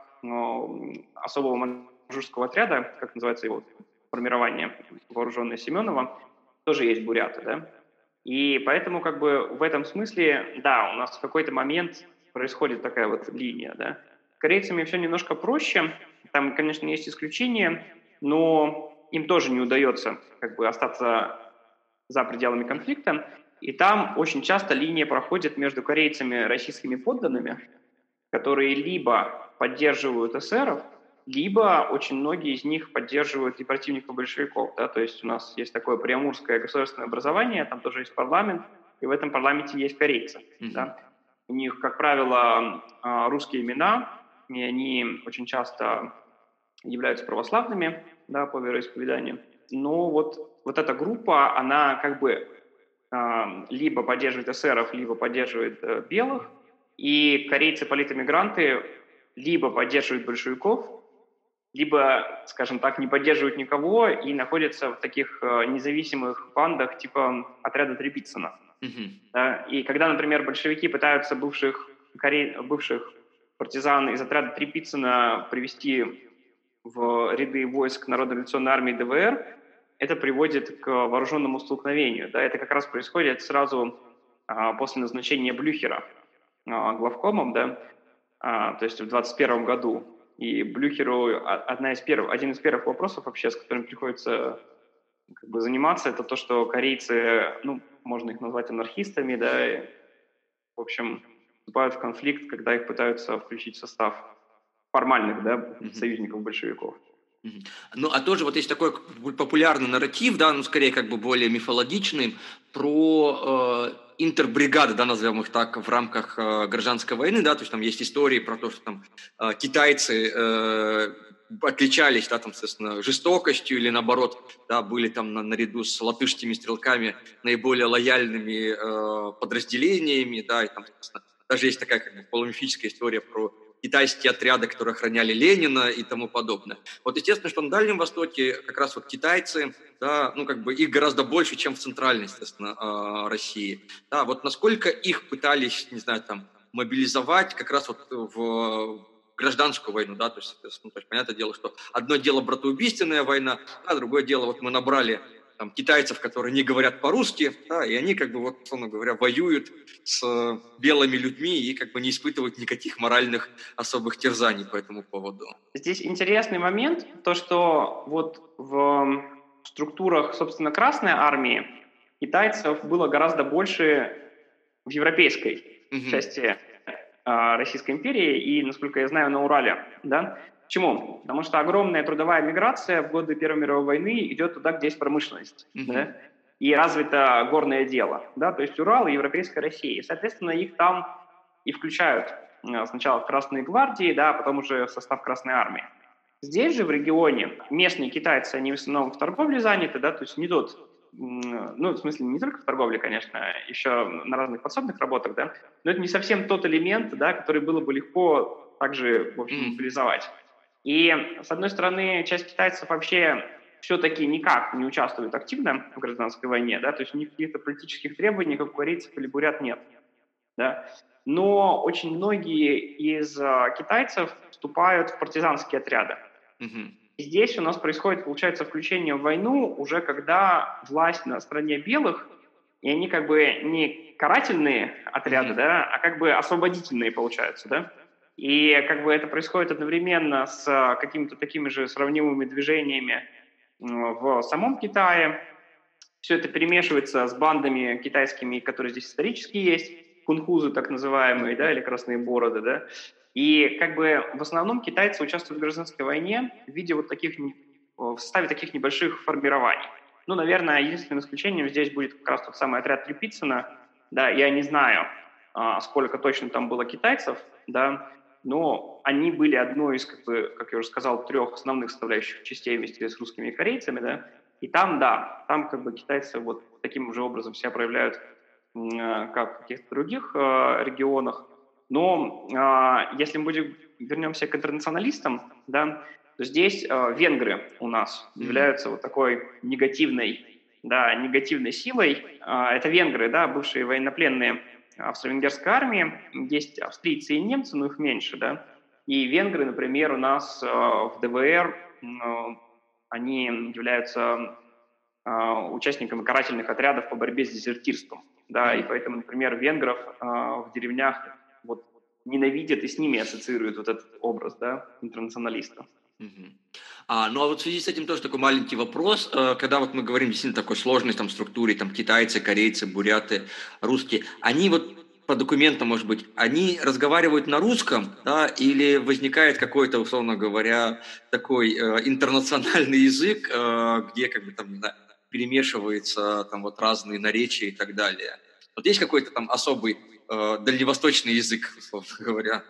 особого манжурского отряда, как называется его формирование, вооруженное Семенова, тоже есть буряты, да. И поэтому как бы в этом смысле, да, у нас в какой-то момент происходит такая вот линия, да. С корейцами все немножко проще, там, конечно, есть исключения, но им тоже не удается как бы остаться за пределами конфликта, и там очень часто линия проходит между корейцами российскими подданными, которые либо поддерживают эсеров, либо очень многие из них поддерживают и противников большевиков. Да? То есть у нас есть такое приамурское государственное образование, там тоже есть парламент, и в этом парламенте есть корейцы. Мгм. Да? У них, как правило, русские имена, и они очень часто являются православными, да, по вероисповеданию. Но вот эта группа, она как бы либо поддерживает эсеров, либо поддерживает белых, и корейцы-политэмигранты либо поддерживают большевиков, либо, скажем так, не поддерживают никого и находятся в таких независимых бандах типа отряда Трепицына. Мгм. Да? И когда, например, большевики пытаются бывших партизан из отряда Трепицына привести в ряды войск Народно-революционной армии ДВР, это приводит к вооруженному столкновению. Да? Это как раз происходит сразу после назначения Блюхера главкомом, да? То есть в 21 году. И Блюхеру один из первых вопросов вообще, с которым приходится как бы заниматься, это то, что корейцы, ну, можно их назвать анархистами, да, и, в общем, вступают в конфликт, когда их пытаются включить в состав формальных, да, Мгм. союзников большевиков. Мгм. Ну, а тоже вот есть такой популярный нарратив, да, ну, скорее как бы более мифологичный, про интербригады, да, назовем их так, в рамках гражданской войны, да, то есть там есть истории про то, что там китайцы отличались, да, там, соответственно, жестокостью или наоборот, да, были там наряду с латышскими стрелками наиболее лояльными подразделениями, да, и там, соответственно, даже есть такая как бы полумифическая история про китайские отряды, которые охраняли Ленина и тому подобное. Вот естественно, что на Дальнем Востоке как раз вот китайцы, да, ну как бы их гораздо больше, чем в центральной, естественно, России. Да, вот насколько их пытались, не знаю, там, мобилизовать как раз вот в гражданскую войну, да, то есть, соответственно, то есть, понятное дело, что одно дело братоубийственная война, а другое дело, вот мы набрали там, китайцев, которые не говорят по-русски, да, и они, как бы, вот, условно говоря, воюют с белыми людьми и как бы не испытывают никаких моральных особых терзаний по этому поводу. Здесь интересный момент, то, что вот в структурах, собственно, Красной армии китайцев было гораздо больше в европейской Мгм. части Российской империи и, насколько я знаю, на Урале. Да? Почему? Потому что огромная трудовая миграция в годы Первой мировой войны идет туда, где есть промышленность. Мгм. Да? и развито горное дело, да, то есть Урал и Европейская Россия. И, соответственно, их там и включают сначала в Красные гвардии, да, а потом уже в состав Красной армии. Здесь же, в регионе, местные китайцы, они в основном в торговле заняты, да, то есть не тот, ну, в смысле, не только в торговле, конечно, еще на разных подсобных работах, да, но это не совсем тот элемент, да, который было бы легко также, в общем, мобилизовать. И, с одной стороны, часть китайцев вообще все-таки никак не участвует активно в гражданской войне, да, то есть никаких политических требований, как у корейцев или бурят, нет, да. Но очень многие из китайцев вступают в партизанские отряды. И здесь у нас происходит, получается, включение в войну уже когда власть на стороне белых, и они как бы не карательные отряды, да, а как бы освободительные, получаются, да. И как бы это происходит одновременно с какими-то такими же сравнимыми движениями в самом Китае. Все это перемешивается с бандами китайскими, которые здесь исторически есть, хунхузы так называемые, да, или красные бороды, да. И как бы в основном китайцы участвуют в гражданской войне в виде вот таких, в составе таких небольших формирований. Ну, наверное, единственным исключением здесь будет как раз тот самый отряд Трепицына, да, я не знаю, сколько точно там было китайцев, да, но они были одной из, как бы, как я уже сказал, 3 основных составляющих частей вместе с русскими и корейцами, да, и там, да, там как бы китайцы вот таким же образом себя проявляют, как в каких-то других регионах. Но если мы вернемся к интернационалистам, да, то здесь венгры у нас являются вот такой негативной силой. Это венгры, да, бывшие военнопленные австро-венгерской армии. Есть австрийцы и немцы, но их меньше, да. И венгры, например, у нас в ДВР, они являются участниками карательных отрядов по борьбе с дезертирством, да, и поэтому, например, венгров в деревнях вот ненавидят и с ними ассоциируют вот этот образ, да, интернационалиста. Ну а вот в связи с этим тоже такой маленький вопрос, когда вот мы говорим действительно о такой сложной там структуре, там китайцы, корейцы, буряты, русские, они вот по документам, может быть, они разговаривают на русском, да, или возникает какой-то, условно говоря, такой интернациональный язык, где как бы там, не знаю, перемешиваются там вот разные наречия и так далее. Вот есть какой-то там особый дальневосточный язык, условно говоря?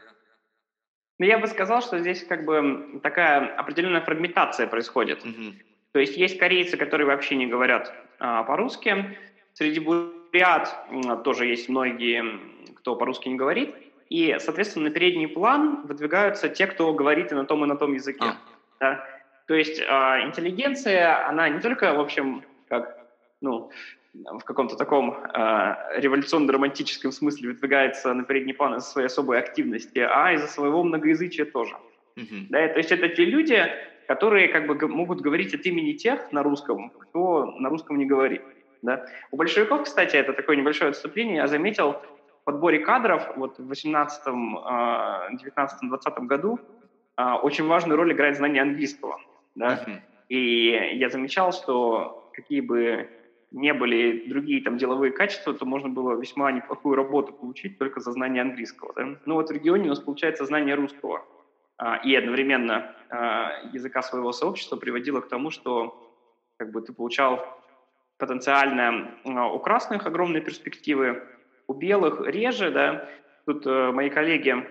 Ну, я бы сказал, что здесь как бы такая определенная фрагментация происходит. То есть корейцы, которые вообще не говорят по-русски. Среди бурят тоже есть многие, кто по-русски не говорит. И, соответственно, на передний план выдвигаются те, кто говорит и на том языке. Да? То есть интеллигенция, она не только, в общем, как, ну, в каком-то таком революционно-романтическом смысле выдвигается на передний план из-за своей особой активности, а из-за своего многоязычия тоже. Да, то есть это те люди, которые как бы могут говорить от имени тех на русском, кто на русском не говорит. Да. У большевиков, кстати, это такое небольшое отступление, я заметил, в подборе кадров вот в 18-м, 19-м, 20-м году очень важную роль играет знание английского. Да. И я замечал, что какие бы не были другие там деловые качества, то можно было весьма неплохую работу получить только за знание английского. Да? Ну вот в регионе у нас получается знание русского и одновременно языка своего сообщества приводило к тому, что как бы ты получал потенциально у красных огромные перспективы, у белых реже, да. Тут мои коллеги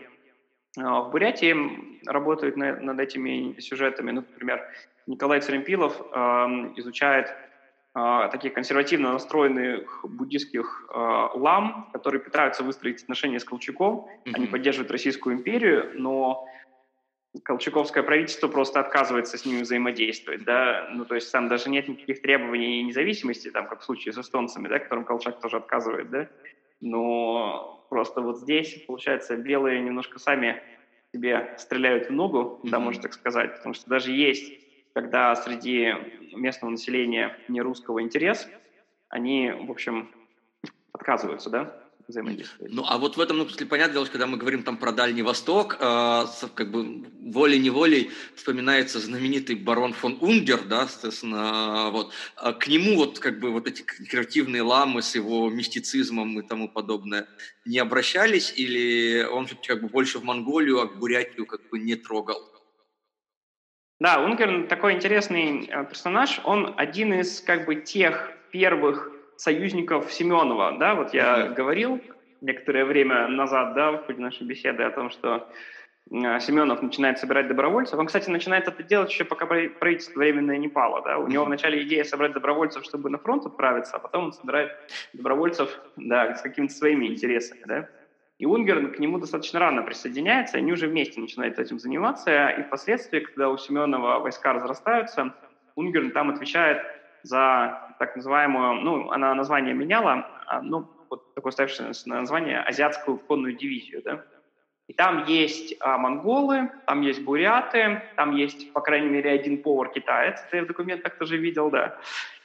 в Бурятии работают над этими сюжетами. Ну, например, Николай Церемпилов изучает таких консервативно настроенных буддийских лам, которые пытаются выстроить отношения с Колчаком. Они поддерживают Российскую империю, но колчаковское правительство просто отказывается с ними взаимодействовать, да, ну, то есть там даже нет никаких требований независимости, там, как в случае с эстонцами, да, которым Колчак тоже отказывает, да, но просто вот здесь, получается, белые немножко сами себе стреляют в ногу, да, можно так сказать, потому что даже есть, когда среди местного населения нерусского интерес, они, в общем, отказываются, да, взаимодействовать. Ну, а вот в этом, ну, понятное дело, когда мы говорим там про Дальний Восток, как бы волей-неволей вспоминается знаменитый барон фон Унгер, да, соответственно, вот. К нему вот как бы вот эти консервативные ламы с его мистицизмом и тому подобное не обращались, или он все-таки как бы больше в Монголию, а Бурятию как бы не трогал? Да, Унгер такой интересный персонаж, он один из как бы тех первых союзников Семенова, да, вот я говорил некоторое время назад, да, в ходе нашей беседы о том, что Семенов начинает собирать добровольцев. Он, кстати, начинает это делать еще пока правительство временное не пало. Да? У него вначале идея собрать добровольцев, чтобы на фронт отправиться, а потом он собирает добровольцев, да, с какими-то своими интересами. Да? И Унгерн к нему достаточно рано присоединяется, и они уже вместе начинают этим заниматься. И впоследствии, когда у Семенова войска разрастаются, Унгерн там отвечает за так называемую, ну, она название меняла, ну, вот такое оставшееся название «Азиатскую конную дивизию». Да? И там есть монголы, там есть буряты, там есть, по крайней мере, один повар-китаец, это я в документах тоже видел, да.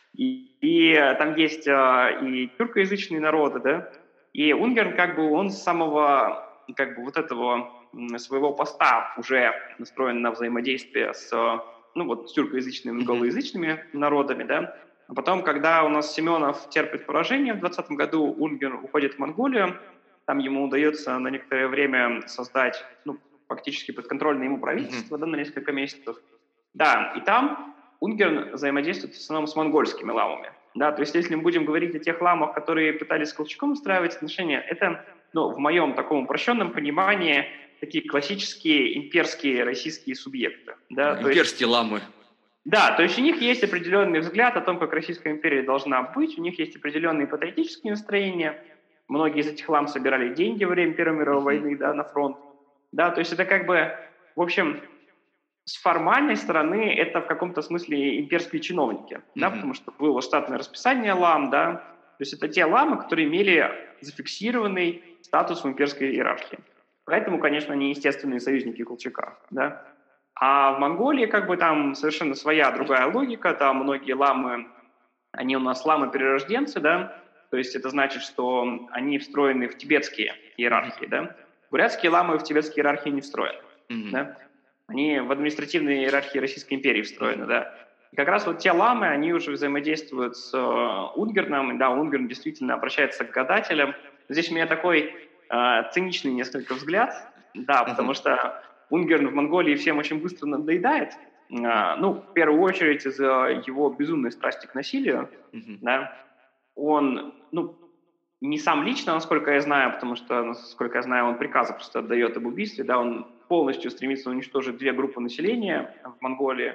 И там есть и тюркоязычные народы, да. И Унгерн, как бы, он с самого, как бы, вот этого своего поста уже настроен на взаимодействие с, ну, вот, с тюркоязычными, монголоязычными народами, да. А потом, когда у нас Семенов терпит поражение в 2020 году, Унгерн уходит в Монголию, там ему удается на некоторое время создать, ну, фактически подконтрольное ему правительство, да, на несколько месяцев. Да, и там Унгерн взаимодействует в основном с монгольскими ламами. Да, то есть если мы будем говорить о тех ламах, которые пытались с Колчаком устраивать отношения, это, ну, в моем таком упрощенном понимании, такие классические имперские российские субъекты. Да, имперские ламы. Да, то есть у них есть определенный взгляд о том, как Российская империя должна быть, у них есть определенные патриотические настроения. Многие из этих лам собирали деньги во время Первой мировой войны, да, на фронт. Да, то есть это как бы, в общем, с формальной стороны это в каком-то смысле имперские чиновники, да, потому что было штатное расписание лам, да, то есть это те ламы, которые имели зафиксированный статус в имперской иерархии. Поэтому, конечно, они естественные союзники Колчака, да. А в Монголии как бы там совершенно своя другая логика, там многие ламы, они у нас ламы-перерожденцы, да, то есть это значит, что они встроены в тибетские иерархии, да. Бурятские ламы в тибетские иерархии не встроены, да. Они в административной иерархии Российской империи встроены, да. И как раз вот те ламы, они уже взаимодействуют с Унгерном, и да, Унгерн действительно обращается к гадателям. Здесь у меня такой циничный несколько взгляд, да, потому что Унгерн в Монголии всем очень быстро надоедает. Ну, в первую очередь из-за его безумной страсти к насилию. Да. Он, ну, не сам лично, насколько я знаю, потому что, насколько я знаю, он приказы просто отдает об убийстве. Да, он полностью стремится уничтожить две группы населения в Монголии,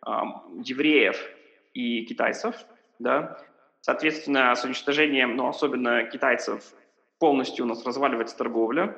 евреев и китайцев. Да. Соответственно, с уничтожением, ну, особенно китайцев, полностью у нас разваливается торговля.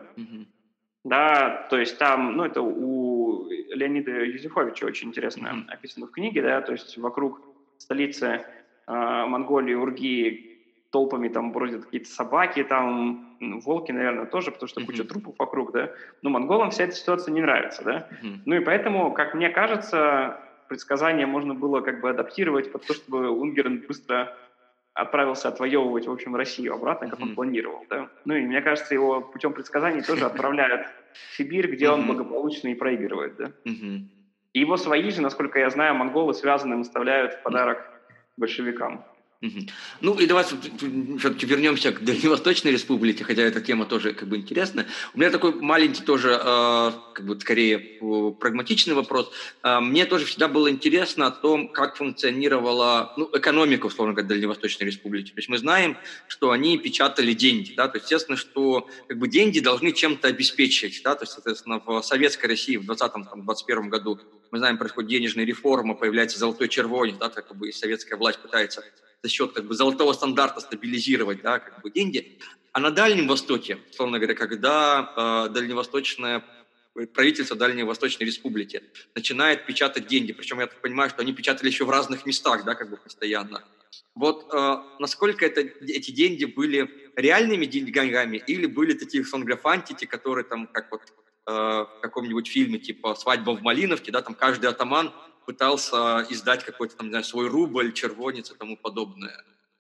Да, то есть там, ну, это у Леонида Юзефовича очень интересно описано в книге, да, то есть вокруг столицы Монголии, Урги, толпами там бродят какие-то собаки, там волки, наверное, тоже, потому что куча трупов вокруг, да, но монголам вся эта ситуация не нравится, да, ну и поэтому, как мне кажется, предсказание можно было как бы адаптировать под то, чтобы Унгерн быстро отправился отвоевывать, в общем, Россию обратно, как он планировал, да. Ну и, мне кажется, его путем предсказаний тоже отправляют в Сибирь, где он благополучно и проигрывает, да. И его свои же, насколько я знаю, монголы связанным оставляют в подарок большевикам. Ну и давайте все-таки вернемся к Дальневосточной Республике, хотя эта тема тоже как бы интересная. У меня такой маленький тоже, как бы скорее прагматичный вопрос. Мне тоже всегда было интересно о том, как функционировала, ну, экономика, условно говоря, Дальневосточной Республики. То есть мы знаем, что они печатали деньги, да, то есть естественно, что как бы деньги должны чем-то обеспечить, да, то есть, соответственно, в Советской России в 2020-2021 году мы знаем, происходит денежная реформа, появляется золотой червонец, да, как бы и советская власть пытается за счет как бы золотого стандарта стабилизировать, да, как бы деньги. А на Дальнем Востоке, условно говоря, когда дальневосточное правительство Дальневосточной Республики начинает печатать деньги, причем я так понимаю, что они печатали еще в разных местах, да, как бы постоянно. Вот насколько эти деньги были реальными деньгами или были такие, условно говоря, фантики, которые там, как вот в каком-нибудь фильме типа «Свадьба в Малиновке», да, там каждый атаман пытался издать какой-то там, не знаю, свой рубль, червонец и тому подобное.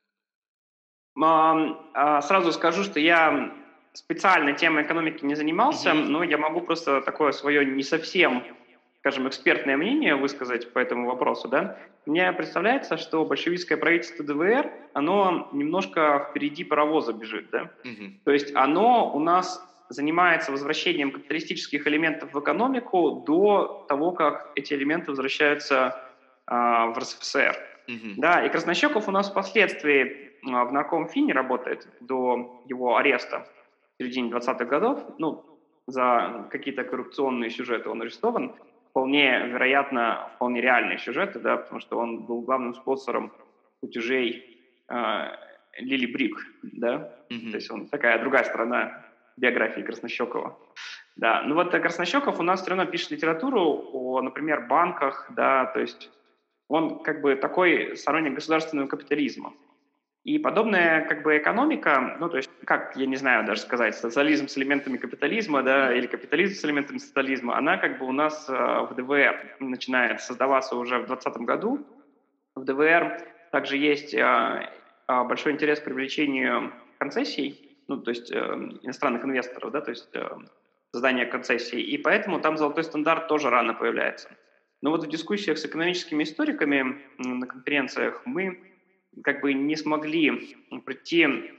Сразу скажу, что я специально темой экономики не занимался, но я могу просто такое свое не совсем, скажем, экспертное мнение высказать по этому вопросу, да. Мне представляется, что большевистское правительство ДВР, оно немножко впереди паровоза бежит, да. То есть оно у нас занимается возвращением капиталистических элементов в экономику до того, как эти элементы возвращаются в РСФСР. Мгм. Да, и Краснощеков у нас впоследствии в Наркомфине работает до его ареста в середине 20-х годов. Ну, за какие-то коррупционные сюжеты он арестован. Вполне вероятно, вполне реальные сюжеты, да, потому что он был главным спонсором кутежей э, Лили Брик, да. То Мгм. есть он такая другая сторона биографии Краснощекова. Да, ну вот Краснощеков у нас все равно пишет литературу о, например, банках, да, то есть он как бы такой сторонник государственного капитализма. И подобная как бы экономика, ну то есть, как, я не знаю даже сказать, социализм с элементами капитализма, да, или капитализм с элементами социализма, она как бы у нас в ДВР начинает создаваться уже в 2020 году. В ДВР также есть большой интерес к привлечению концессий, ну то есть иностранных инвесторов, да, то есть создание концессий, и поэтому там золотой стандарт тоже рано появляется. Но вот в дискуссиях с экономическими историками на конференциях мы как бы не смогли прийти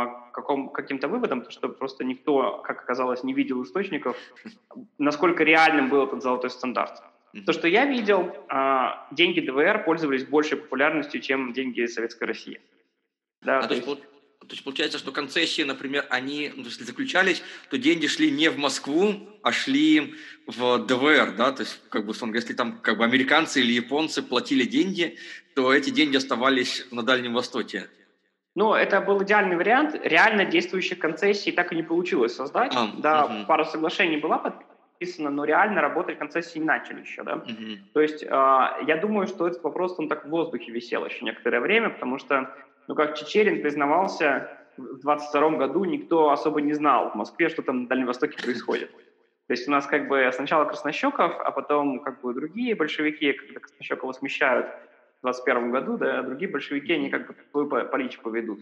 к каким-то выводам, потому что просто никто, как оказалось, не видел источников, насколько реальным был этот золотой стандарт. То, Мгм. что я видел, деньги ДВР пользовались большей популярностью, чем деньги Советской России. Да, А то есть то есть получается, что концессии, например, они, ну, если заключались, то деньги шли не в Москву, а шли в ДВР, да, то есть, как бы, условно говоря, если там как бы американцы или японцы платили деньги, то эти деньги оставались на Дальнем Востоке. ну, это был идеальный вариант. Реально действующих концессий так и не получилось создать. Да, Мгм. пара соглашений была подписана, но реально работать концессии не начали еще, да. Мгм. То есть я думаю, что этот вопрос, он так в воздухе висел еще некоторое время, потому что, ну, как Чичерин признавался, в 22 году никто особо не знал в Москве, что там на Дальнем Востоке происходит. То есть у нас как бы сначала Краснощеков, а потом как бы другие большевики, когда Краснощекова смещают в 21 году, да, а другие большевики, они Мгм. как бы свою политику ведут.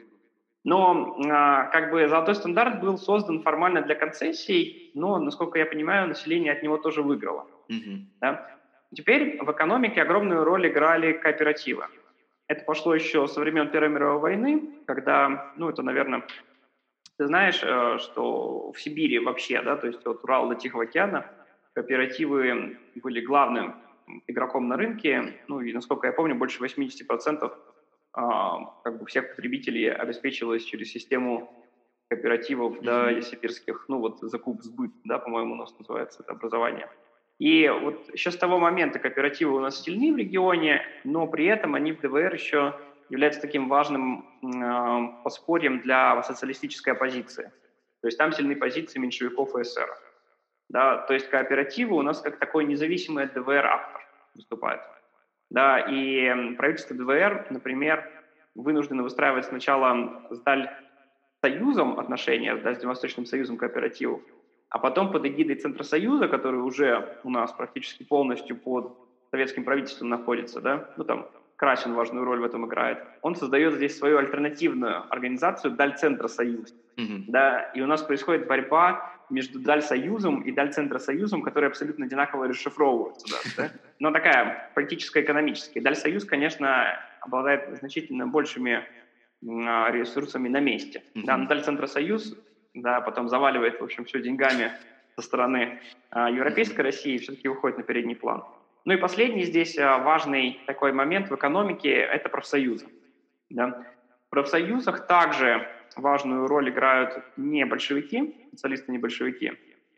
Но как бы золотой стандарт был создан формально для концессий, но, насколько я понимаю, население от него тоже выиграло. Мгм. Да? Теперь в экономике огромную роль играли кооперативы. Это пошло еще со времен Первой мировой войны, когда, ну, это, наверное, ты знаешь, что в Сибири вообще, да, то есть от Урала до Тихого океана, кооперативы были главным игроком на рынке, ну и, насколько я помню, больше 80% как бы всех потребителей обеспечивалось через систему кооперативов, да, и Мгм. сибирских, ну вот закуп-сбыт, да, по-моему, у нас называется это образование. И вот еще с того момента кооперативы у нас сильны в регионе, но при этом они в ДВР еще являются таким важным подспорьем для социалистической оппозиции. То есть там сильны позиции меньшевиков и эсеров. Да, то есть кооперативы у нас как такой независимый от ДВР актор выступает. Да, и правительство ДВР, например, вынуждено выстраивать сначала с Дальсоюзом отношения, да, с Дальневосточным союзом кооперативов, а потом под эгидой Центросоюза, который уже у нас практически полностью под советским правительством находится, да, ну там Красин важную роль в этом играет, он создает здесь свою альтернативную организацию Дальцентросоюз. Мгм. Да, и у нас происходит борьба между Дальсоюзом и Дальцентросоюзом, которые абсолютно одинаково расшифровываются даже, да? Но такая политическо-экономическая. Дальсоюз, конечно, обладает значительно большими ресурсами на месте. Да, но Мгм. Дальцентросоюз, да, потом заваливает, в общем, все деньгами со стороны Европейской Мгм. России и все-таки выходит на передний план. Ну и последний здесь важный такой момент в экономике – это профсоюзы. Да. В профсоюзах также важную роль играют не большевики, социалисты не большевики.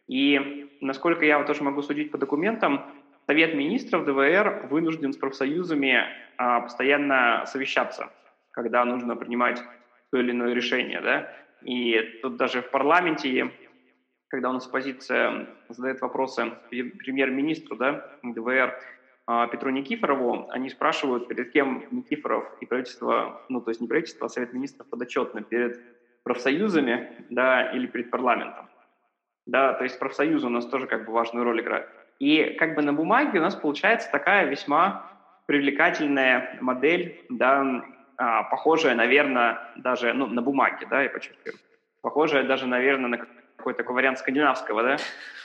И насколько я вот тоже могу судить по документам, Совет министров ДВР вынужден с профсоюзами постоянно совещаться, когда нужно принимать то или иное решение. Да? И тут даже в парламенте, когда у нас оппозиция задает вопросы премьер-министру, да, ДВР, Петру Никифорову, они спрашивают, перед кем Никифоров и правительство, ну, то есть не правительство, а Совет министров подотчетно, перед профсоюзами, да, или перед парламентом. Да, то есть профсоюзы у нас тоже как бы важную роль играют. И как бы на бумаге у нас получается такая весьма привлекательная модель, да, похожая, наверное, даже, ну, на бумаге, да, я подчеркиваю, похожая даже, наверное, на какой-то такой вариант скандинавского, да,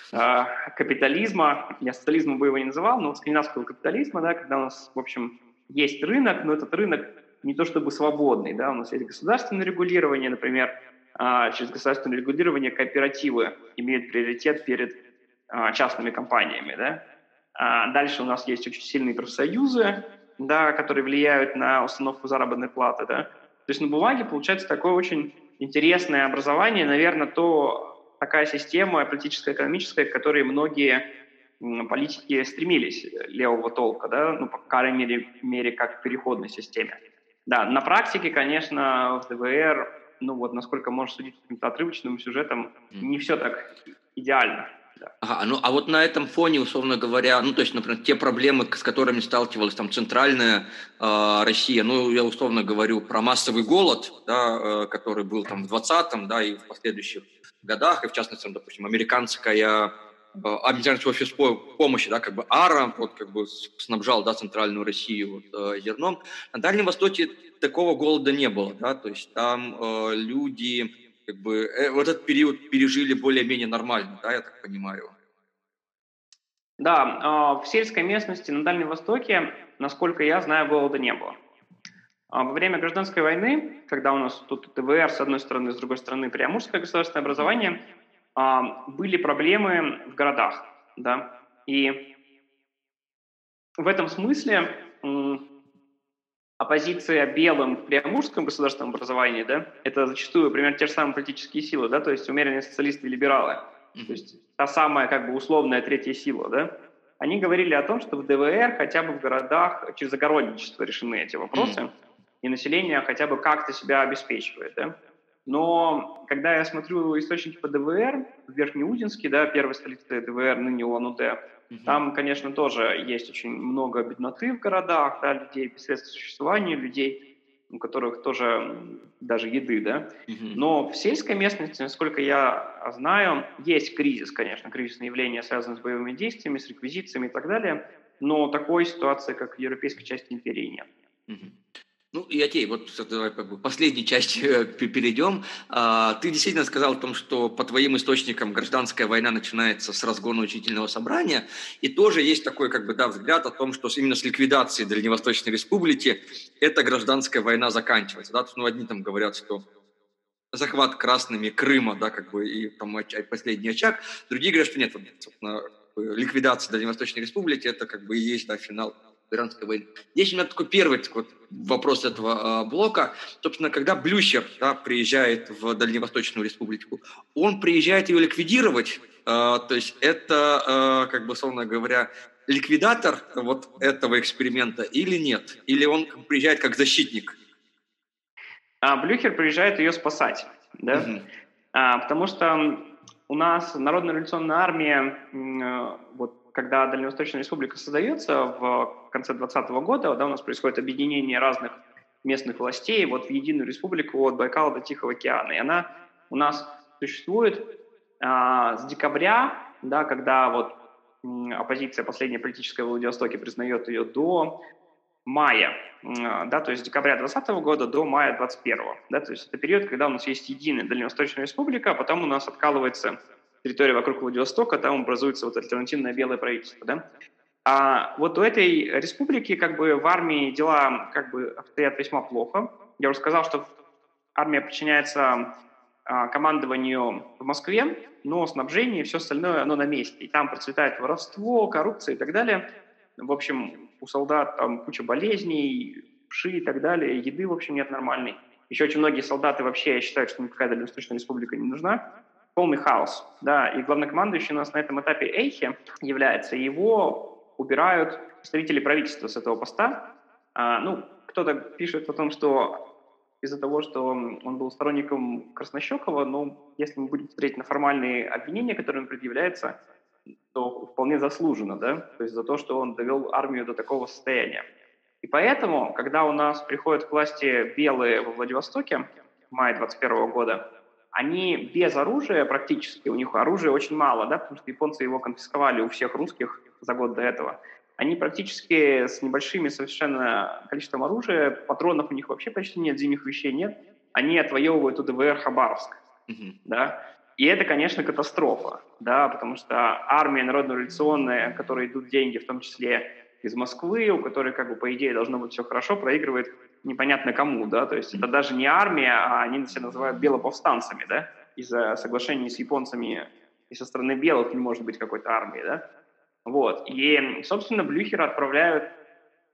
капитализма. Я социализмом бы его не называл, но вот скандинавского капитализма, да, когда у нас, в общем, есть рынок, но этот рынок не то чтобы свободный, да, у нас есть государственное регулирование, например, через государственное регулирование кооперативы имеют приоритет перед частными компаниями, да. Дальше у нас есть очень сильные профсоюзы, да, которые влияют на установку заработной платы, да. То есть на бумаге получается такое очень интересное образование, наверное, такая система политическо-экономическая, к которой многие политики стремились левого толка, да, ну, по крайней мере, как к переходной системе. Да, на практике, конечно, в ДВР, ну вот, насколько можно судить по каким-то отрывочным сюжетам, не все так идеально. Да. Ага, ну а вот на этом фоне, условно говоря, ну то есть, например, те проблемы, с которыми сталкивалась там центральная Россия, ну я условно говорю про массовый голод, да, который был там в 20-м, да, и в последующих годах, и в частности, там, допустим, американский офис помощи, да, как бы АРА, вот как бы снабжал, да, центральную Россию вот, зерном. На Дальнем Востоке такого голода не было, да, то есть там люди как бы вот этот период пережили более-менее нормально, да, я так понимаю. Да, в сельской местности на Дальнем Востоке, насколько я знаю, голода не было. Во время гражданской войны, когда у нас тут ТВР с одной стороны, с другой стороны Приамурское государственное образование, были проблемы в городах, да, и в этом смысле оппозиция белым в Приамурском государственном образовании, да, это зачастую, например, те же самые политические силы, да, то есть умеренные социалисты и либералы, то есть та самая как бы условная третья сила, да, они говорили о том, что в ДВР хотя бы в городах через огородничество решены эти вопросы, и население хотя бы как-то себя обеспечивает, да. Но когда я смотрю источники по ДВР, Верхнеудинске, да, первой столице ДВР, ныне Улан-Удэ, там, конечно, тоже есть очень много бедноты в городах, да, людей без средств существования, людей, у которых тоже даже еды, да. Но в сельской местности, насколько я знаю, есть кризис, конечно, кризисное явление, связанное с боевыми действиями, с реквизициями и так далее, но такой ситуации, как в европейской части империи, нет. Ну и окей, вот давай как бы последней части перейдем. Ты действительно сказал о том, что по твоим источникам гражданская война начинается с разгона учительного собрания, и тоже есть такой как бы да, взгляд о том, что именно с ликвидацией Дальневосточной Республики эта гражданская война заканчивается. Да? Ну, одни там говорят, что захват красными Крыма, да, как бы и там последний очаг, другие говорят, что нет, вот, собственно, ликвидация Дальневосточной Республики это как бы и есть да, финал гражданской войны. Есть у меня такой первый вот, вопрос этого блока. Собственно, когда Блюхер да, приезжает в Дальневосточную Республику, он приезжает ее ликвидировать, то есть это, как бы, условно говоря, ликвидатор вот этого эксперимента или нет? Или он приезжает как защитник? Блюхер приезжает ее спасать, да, потому что у нас Народная революционная армия, вот когда Дальневосточная республика создается в конце 2020 года, да, у нас происходит объединение разных местных властей вот в единую республику от Байкала до Тихого океана. И она у нас существует с декабря, да, когда вот оппозиция последняя политическая в Владивостоке признает ее до мая, да, то есть с декабря 2020 года до мая 2021. Да, то есть это период, когда у нас есть единая Дальневосточная республика, а потом у нас откалывается территория вокруг Владивостока, там образуется вот альтернативное белое правительство. Да. А вот у этой республики как бы в армии дела как бы обстоят весьма плохо. Я уже сказал, что армия подчиняется командованию в Москве, но снабжение и все остальное, оно на месте. И там процветает воровство, коррупция и так далее. В общем, у солдат там куча болезней, вши и так далее, еды, в общем, нет нормальной. Еще очень многие солдаты вообще считают, что никакая Дальневосточная республика не нужна. Полный хаос, да, и главнокомандующий у нас на этом этапе Эйхе является, его убирают представители правительства с этого поста. Ну, кто-то пишет о том, что из-за того, что он был сторонником Краснощекова, но если мы будем смотреть на формальные обвинения, которые ему предъявляются, то вполне заслуженно, да, то есть за то, что он довел армию до такого состояния. И поэтому, когда у нас приходят к власти белые во Владивостоке в мае 2021 года, они без оружия практически, у них оружия очень мало, да, потому что японцы его конфисковали у всех русских за год до этого. Они практически с небольшими совершенно количеством оружия, патронов у них вообще почти нет, зимних вещей нет, они отвоевывают у ДВР Хабаровск, да. И это, конечно, катастрофа, да, потому что армия народно-революционная, которой идут деньги, в том числе из Москвы, у которой, как бы, по идее, должно быть все хорошо, проигрывает непонятно кому, да, то есть это даже не армия, а они себя называют белоповстанцами, да, из-за соглашений с японцами и со стороны белых не может быть какой-то армии, да, вот, и, собственно, Блюхера отправляют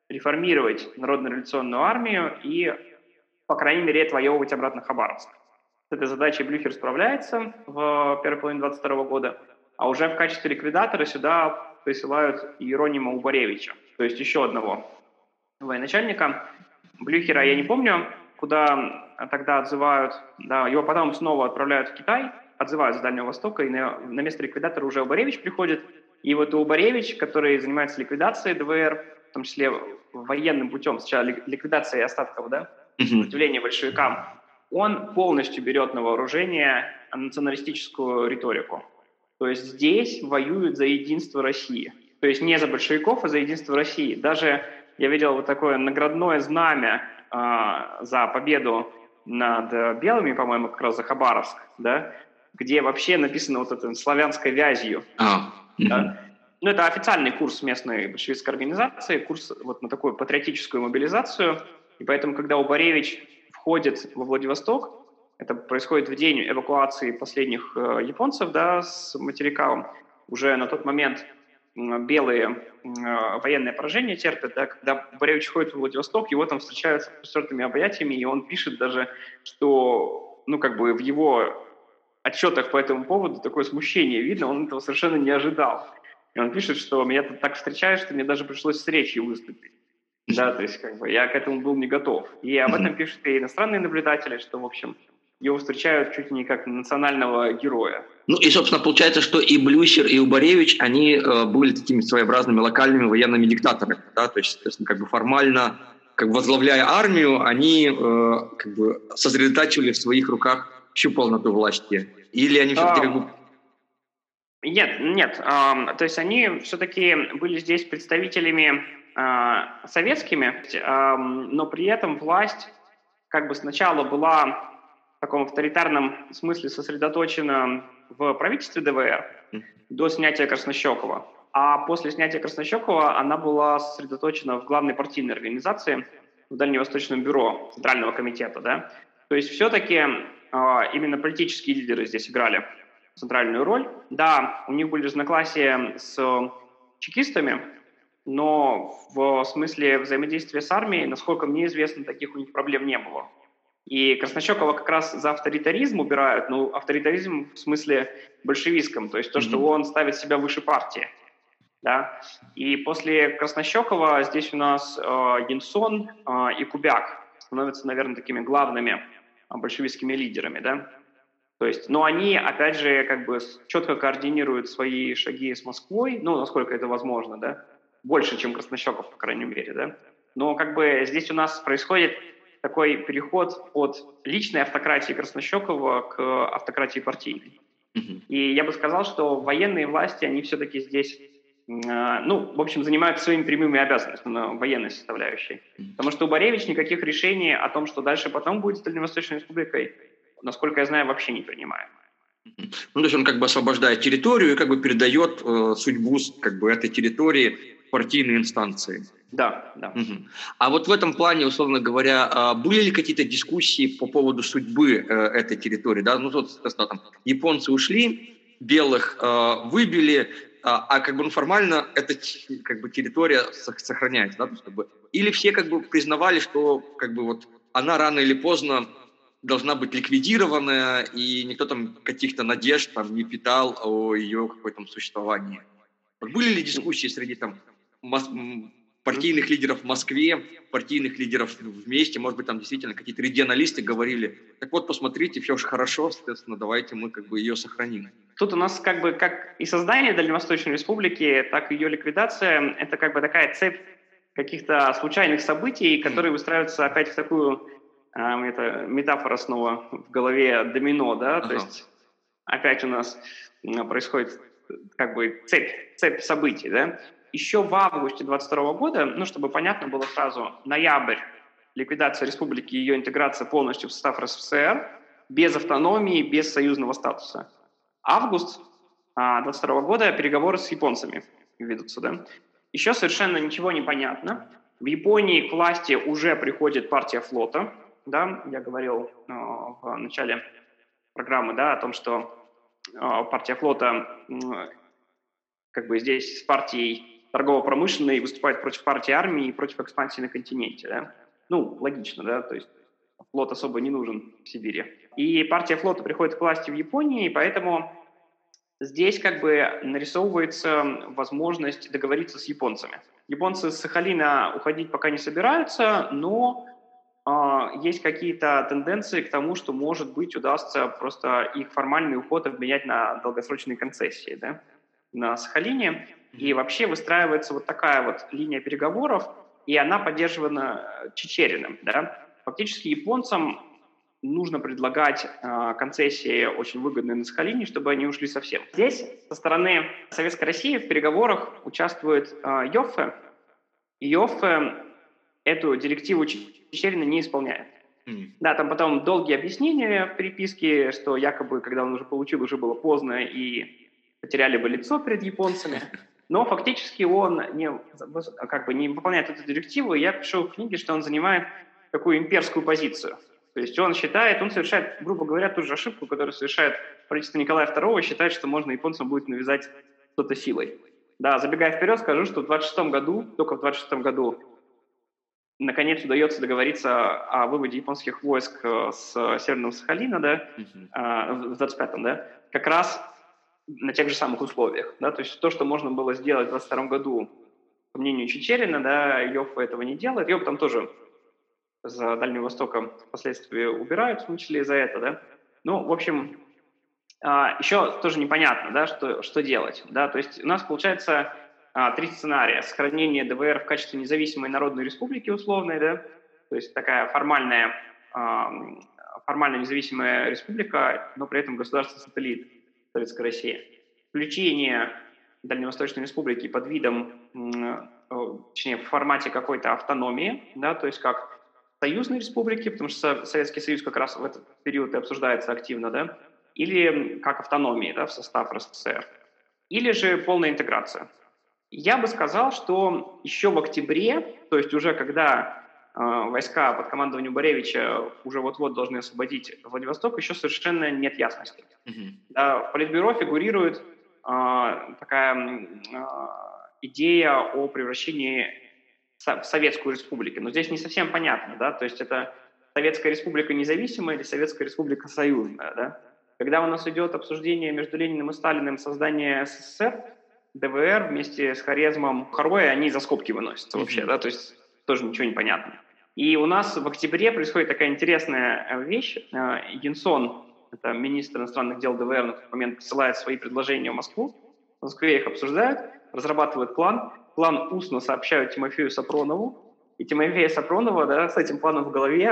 реформировать Народно-революционную армию и, по крайней мере, отвоевывать обратно Хабаровск. С этой задачей Блюхер справляется в первой половине 22 года, а уже в качестве ликвидатора сюда присылают Иеронима Убаревича, то есть еще одного военачальника. Блюхера я не помню, куда тогда отзывают, да, его потом снова отправляют в Китай, отзывают с Дальнего Востока, и на место ликвидатора уже Убаревич приходит. И вот Убаревич, который занимается ликвидацией ДВР, в том числе военным путем, сначала ликвидацией остатков, да, сопротивления большевикам, он полностью берет на вооружение националистическую риторику. То есть здесь воюют за единство России. То есть не за большевиков, а за единство России. Даже я видел вот такое наградное знамя за победу над белыми, по-моему, как раз за Хабаровск, да, где вообще написано вот это славянской вязью. Да? Ну, это официальный курс местной большевистской организации, курс вот на такую патриотическую мобилизацию. И поэтому, когда Убаревич входит во Владивосток, это происходит в день эвакуации последних японцев, да, с материка. Уже на тот момент белые военное поражение терпят, да, когда Убаревич входит в Владивосток, его там встречают с простертыми объятиями, и он пишет даже, что, ну, как бы в его отчетах по этому поводу такое смущение видно, он этого совершенно не ожидал. И он пишет, что меня тут так встречают, что мне даже пришлось с речью выступить. Да, то есть как бы я к этому был не готов. И об этом пишут и иностранные наблюдатели, что, в общем, его встречают чуть ли не как национального героя. Ну и, собственно, получается, что и Блюхер, и Убаревич, они были такими своеобразными локальными военными диктаторами, да, то есть, соответственно, как бы формально, как бы возглавляя армию, они как бы сосредотачивали в своих руках всю полноту власти. Или они все-таки как бы... Нет. То есть они все-таки были здесь представителями советскими, но при этом власть как бы сначала была в таком авторитарном смысле сосредоточена в правительстве ДВР до снятия Краснощекова. А после снятия Краснощекова она была сосредоточена в главной партийной организации, в Дальневосточном бюро Центрального комитета. Да? То есть все-таки именно политические лидеры здесь играли центральную роль. Да, у них были разногласия с чекистами, но в смысле взаимодействия с армией, насколько мне известно, таких у них проблем не было. И Краснощекова как раз за авторитаризм убирают, ну, авторитаризм в смысле большевистском, то есть то, что он ставит себя выше партии. Да? И после Краснощекова здесь у нас Янсон и Кубяк становятся, наверное, такими главными большевистскими лидерами, да? То есть, но они, опять же, как бы четко координируют свои шаги с Москвой, ну, насколько это возможно, да, больше, чем Краснощеков, по крайней мере, да. Но как бы здесь у нас происходит такой переход от личной автократии Краснощекова к автократии партийной. И я бы сказал, что военные власти, они все-таки здесь, ну, в общем, занимаются своими прямыми обязанностями на военной составляющей. Потому что Убаревич никаких решений о том, что дальше потом будет с Дальневосточной республикой, насколько я знаю, вообще не принимает. Ну, то есть он как бы освобождает территорию и как бы передает судьбу как бы этой территории в партийные инстанции. Да. А вот в этом плане, условно говоря, были ли какие-то дискуссии по поводу судьбы этой территории? Да? Ну, вот, соответственно, там японцы ушли, белых выбили, а как бы формально эта как бы территория сохраняется, да? То есть, как бы, или все как бы признавали, что как бы вот она рано или поздно должна быть ликвидирована, и никто там каких-то надежд там не питал о ее каком-то существовании. Вот были ли дискуссии среди там партийных лидеров в Москве, партийных лидеров вместе, может быть, там действительно какие-то регионалисты говорили, так вот, посмотрите, все же хорошо, соответственно, давайте мы как бы ее сохраним. Тут у нас как бы как и создание Дальневосточной Республики, так и ее ликвидация, это как бы такая цепь каких-то случайных событий, которые выстраиваются опять в такую, это метафора снова в голове домино, да, то есть опять у нас происходит как бы цепь событий, да. Еще в августе 22 года, ну, чтобы понятно было сразу, ноябрь, ликвидация республики и ее интеграция полностью в состав РСФСР, без автономии, без союзного статуса. Август 22 года переговоры с японцами ведутся, да. Еще совершенно ничего не понятно. В Японии к власти уже приходит партия флота, да, я говорил в начале программы, да, о том, что партия флота как бы здесь с партией торгово-промышленный выступает против партии армии и против экспансии на континенте, да? Ну, логично, да, то есть флот особо не нужен в Сибири. И партия флота приходит к власти в Японии, и поэтому здесь как бы нарисовывается возможность договориться с японцами. Японцы с Сахалина уходить пока не собираются, но есть какие-то тенденции к тому, что, может быть, удастся просто их формальный уход обменять на долгосрочные концессии, да, на Сахалине. И вообще выстраивается вот такая вот линия переговоров, и она поддерживана Чичериным, да. Фактически японцам нужно предлагать концессии очень выгодные на Сахалине, чтобы они ушли совсем. Здесь со стороны Советской России в переговорах участвует Йоффе, и Йоффе эту директиву Чичерина не исполняет. Да, там потом долгие объяснения в переписке, что якобы, когда он уже получил, уже было поздно и потеряли бы лицо перед японцами. Но фактически он не выполняет эту директиву, и я пишу в книге, что он занимает такую имперскую позицию. То есть он совершает, грубо говоря, ту же ошибку, которую совершает правительство Николая II, считает, что можно японцам будет навязать что-то силой. Да, забегая вперед, скажу, что только в 26 году, наконец удается договориться о выводе японских войск с Северного Сахалина, да, в 25-м, да, как раз на тех же самых условиях. Да, то есть то, что можно было сделать в 22 году, по мнению Чичерина, да, Йоффе этого не делает. Йоффе там тоже за Дальним Востоком впоследствии убирают, в том числе и за это, да. Ну, в общем, еще тоже непонятно, да, что делать, да, то есть у нас получается три сценария. Сохранение ДВР в качестве независимой народной республики условной, да, то есть такая формально независимая республика, но при этом государство-сателлит Советской России. Включение Дальневосточной республики под видом, точнее, в формате какой-то автономии, да, то есть как союзной республики, потому что Советский Союз как раз в этот период и обсуждается активно, да, или как автономии, да, в состав РСФСР, или же полная интеграция. Я бы сказал, что еще в октябре, то есть уже когда войска под командованием Боревича уже вот-вот должны освободить Владивосток, еще совершенно нет ясности. Да, в Политбюро фигурирует такая идея о превращении в Советскую Республику. Но здесь не совсем понятно, да, то есть это Советская Республика независимая или Советская Республика союзная, да. Когда у нас идет обсуждение между Лениным и Сталиным создания СССР, ДВР вместе с Хорезмом, Хорвой, они за скобки выносятся вообще, да, то есть тоже ничего не понятно. И у нас в октябре происходит такая интересная вещь. Янсон, это министр иностранных дел ДВР, на тот момент посылает свои предложения в Москву. В Москве их обсуждают, разрабатывают план. План устно сообщают Тимофею Сапронову. И Тимофея Сапронова, да, с этим планом в голове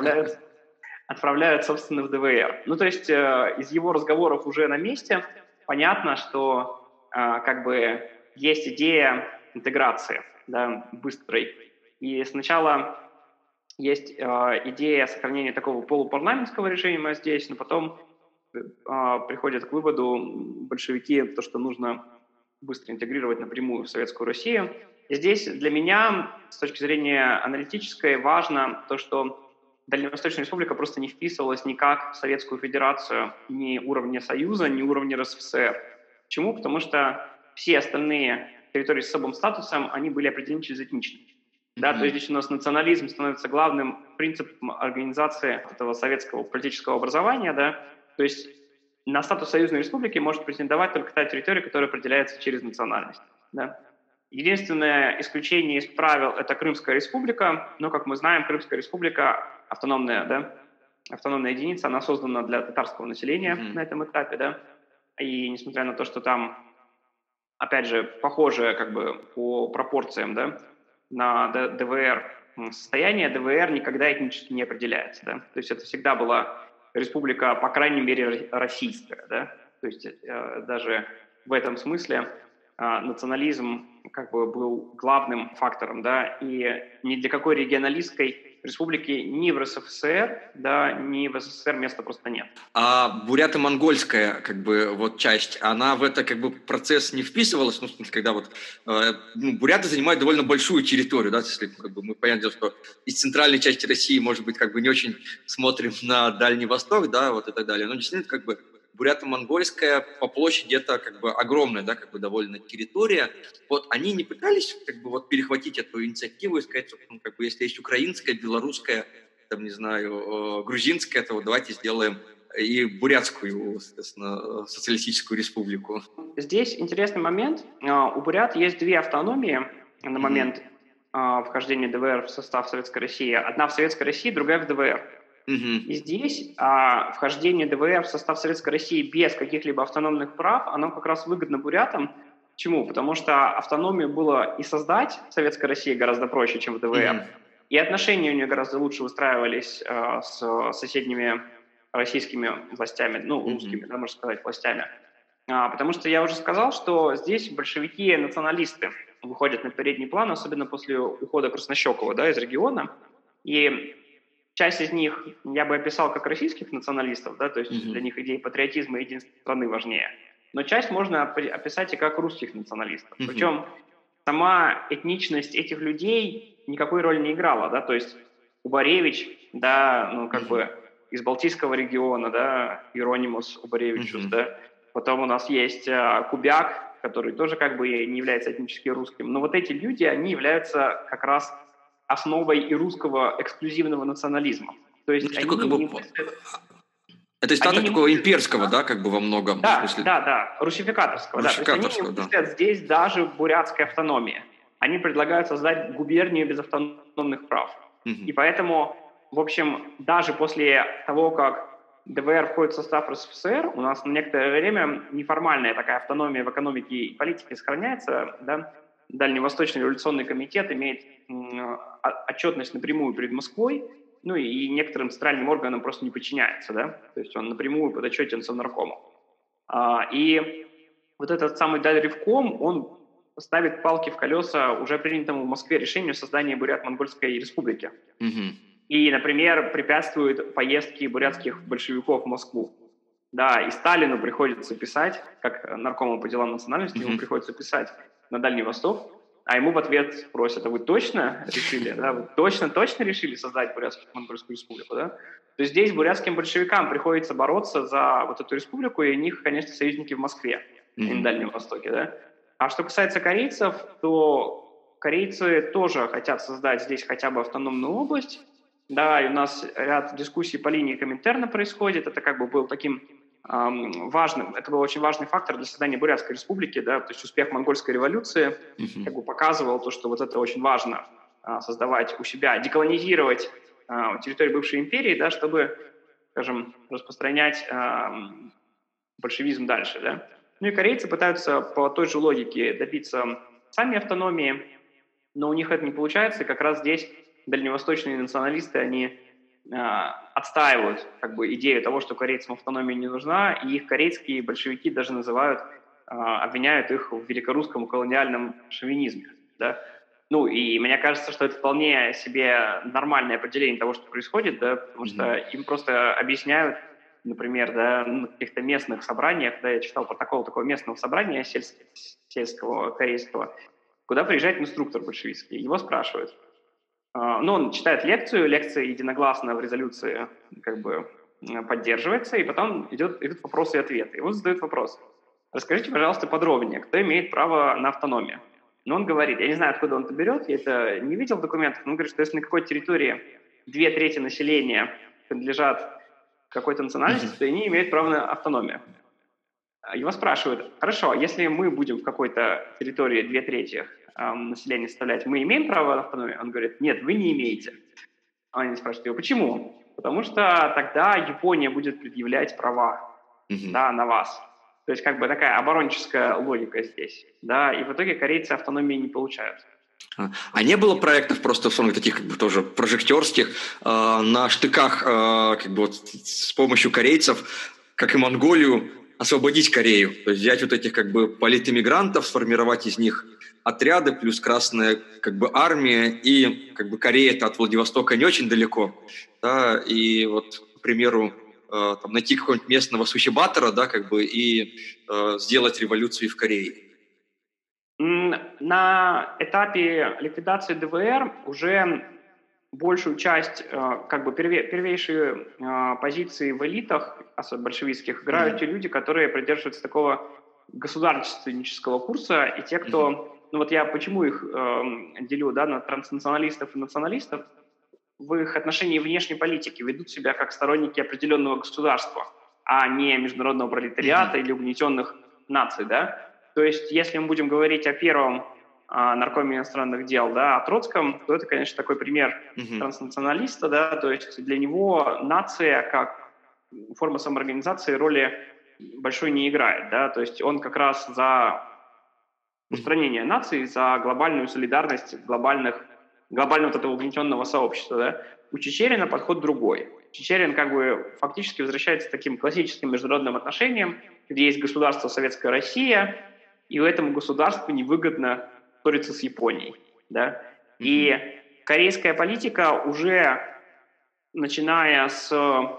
отправляют, собственно, в ДВР. Ну, то есть из его разговоров уже на месте понятно, что как бы есть идея интеграции, да, быстрой. И сначала есть идея сохранения такого полупарламентского режима здесь, но потом приходят к выводу большевики, то, что нужно быстро интегрировать напрямую в Советскую Россию. И здесь для меня, с точки зрения аналитической, важно то, что Дальневосточная республика просто не вписывалась никак в Советскую Федерацию ни уровня Союза, ни уровня РСФСР. Почему? Потому что все остальные территории с особым статусом, они были определены через этничность. Да, то есть здесь у нас национализм становится главным принципом организации этого советского политического образования, да, то есть на статус союзной республики может претендовать только та территория, которая определяется через национальность, да. Единственное исключение из правил – это Крымская республика, но, как мы знаем, Крымская республика автономная, да, автономная единица, она создана для татарского населения на этом этапе, да, и несмотря на то, что там, опять же, похоже как бы по пропорциям, да, на ДВР состояние, ДВР никогда этнически не определяется, да, то есть это всегда была республика, по крайней мере, российская, да, то есть даже в этом смысле национализм как бы был главным фактором, да, и ни для какой регионалистской республики ни в РСФСР, да, ни в СССР места просто нет. А бурято-монгольская, как бы, вот часть, она в это, как бы, процесс не вписывалась, ну, в смысле, когда вот буряты занимают довольно большую территорию, да, если, как бы, мы понятно, что из центральной части России, может быть, как бы, не очень смотрим на Дальний Восток, да, вот и так далее, но действительно, как бы, бурято-монгольская по площади это как бы огромная, да, как бы довольно территория. Вот они не пытались как бы вот перехватить эту инициативу и сказать, что, ну, как бы если есть украинская, белорусская, там, не знаю, грузинская, то вот давайте сделаем и бурятскую, соответственно, социалистическую республику. Здесь интересный момент. У бурят есть две автономии на момент вхождения ДВР в состав Советской России. Одна в Советской России, другая в ДВР. И здесь вхождение ДВР в состав Советской России без каких-либо автономных прав, оно как раз выгодно бурятам. Почему? Потому что автономию было и создать в Советской России гораздо проще, чем в ДВР. И отношения у нее гораздо лучше выстраивались с соседними российскими властями, ну, русскими, да, можно сказать, властями. Потому что я уже сказал, что здесь большевики-националисты выходят на передний план, особенно после ухода Краснощекова, да, из региона. И часть из них я бы описал как российских националистов, да, то есть для них идеи патриотизма и единства страны важнее. Но часть можно описать и как русских националистов. Причем сама этничность этих людей никакой роли не играла, да, то есть Убаревич, да, ну, как бы из Балтийского региона, да, Иеронимус Убаревичус, да, потом у нас есть Кубяк, который тоже как бы не является этнически русским, но вот эти люди, они являются как раз основой и русского эксклюзивного национализма. То есть ну, они такой, как бы, не мыслят... Это остаток такого имперского, да, как бы во многом. Да, в смысле... да, русификаторского. Да. То есть они не мыслят здесь даже бурятской автономии. Они предлагают создать губернию без автономных прав. И поэтому, в общем, даже после того, как ДВР входит в состав РСФСР, у нас на некоторое время неформальная такая автономия в экономике и политике сохраняется. Да? Дальневосточный революционный комитет имеет отчетность напрямую перед Москвой, ну и некоторым центральным органам просто не подчиняется, да, то есть он напрямую подотчетен Совнаркому. И вот этот самый Дальревком, он ставит палки в колеса уже принятому в Москве решению создания Бурят-Монгольской республики. И, например, препятствует поездке бурятских большевиков в Москву. Да, и Сталину приходится писать, как наркому по делам национальности, ему приходится писать на Дальний Восток, а ему в ответ спросят: а вы точно решили, да, вы точно решили создать Бурятско-Монгольскую республику, да? То есть здесь бурятским большевикам приходится бороться за вот эту республику, и у них, конечно, союзники в Москве, и на Дальнем Востоке, да? А что касается корейцев, то корейцы тоже хотят создать здесь хотя бы автономную область, да, и у нас ряд дискуссий по линии Коминтерна происходит, это как бы был таким важным, это был очень важный фактор для создания Бурятской республики, да, то есть успех монгольской революции как бы показывал то, что вот это очень важно создавать у себя, деколонизировать территорию бывшей империи, да, чтобы, скажем, распространять большевизм дальше, да. Ну и корейцы пытаются по той же логике добиться сами автономии, но у них это не получается, и как раз здесь дальневосточные националисты, они отстаивают как бы идею того, что корейцам автономия не нужна, и их корейские большевики даже называют, обвиняют их в великорусском колониальном шовинизме, да. Ну, и мне кажется, что это вполне себе нормальное определение того, что происходит, да, потому что им просто объясняют, например, да, на каких-то местных собраниях, да, я читал протокол такого местного собрания сельского корейского, куда приезжает инструктор большевистский, его спрашивают. Ну, он читает лекцию, лекция единогласно в резолюции как бы поддерживается, и потом идут вопросы и ответы. И он задает вопрос: расскажите, пожалуйста, подробнее, кто имеет право на автономию? Но он говорит, я не знаю, откуда он это берет, я это не видел в документах, но он говорит, что если на какой-то территории 2/3 населения принадлежат какой-то национальности, то они имеют право на автономию. Его спрашивают: хорошо, если мы будем в какой-то территории 2/3 населения составлять, мы имеем право на автономию? Он говорит: нет, вы не имеете. Они спрашивают его: почему? Потому что тогда Япония будет предъявлять права, да, на вас. То есть как бы такая оборонческая логика здесь. Да, и в итоге корейцы автономии не получают. А не было проектов просто таких как бы тоже прожектерских на штыках как бы вот с помощью корейцев, как и Монголию, освободить Корею, то есть взять вот этих как бы политэмигрантов, сформировать из них отряды, плюс Красная как бы армия, и как бы Корея-то от Владивостока не очень далеко, да, и вот, к примеру, там, найти какого-нибудь местного сухибатора, да, как бы, и сделать революцию в Корее. На этапе ликвидации ДВР уже большую часть, как бы первейшие позиции в элитах, особенно большевистских, играют те люди, которые придерживаются такого государственнического курса, и те, кто... Ну вот я почему их делю, да, на транснационалистов и националистов, в их отношении внешней политики ведут себя как сторонники определенного государства, а не международного пролетариата или угнетенных наций, да. То есть, если мы будем говорить о первом наркоме иностранных дел, да, о Троцком, то это, конечно, такой пример транснационалиста, да, то есть для него нация как форма самоорганизации роли большой не играет, да, то есть он как раз за устранение наций, за глобальную солидарность глобального вот этого угнетенного сообщества, да. У Чичерина подход другой. Чичерин как бы фактически возвращается к таким классическим международным отношениям, где есть государство Советская Россия, и этому государству невыгодно ссориться с Японией, да. И корейская политика уже, начиная с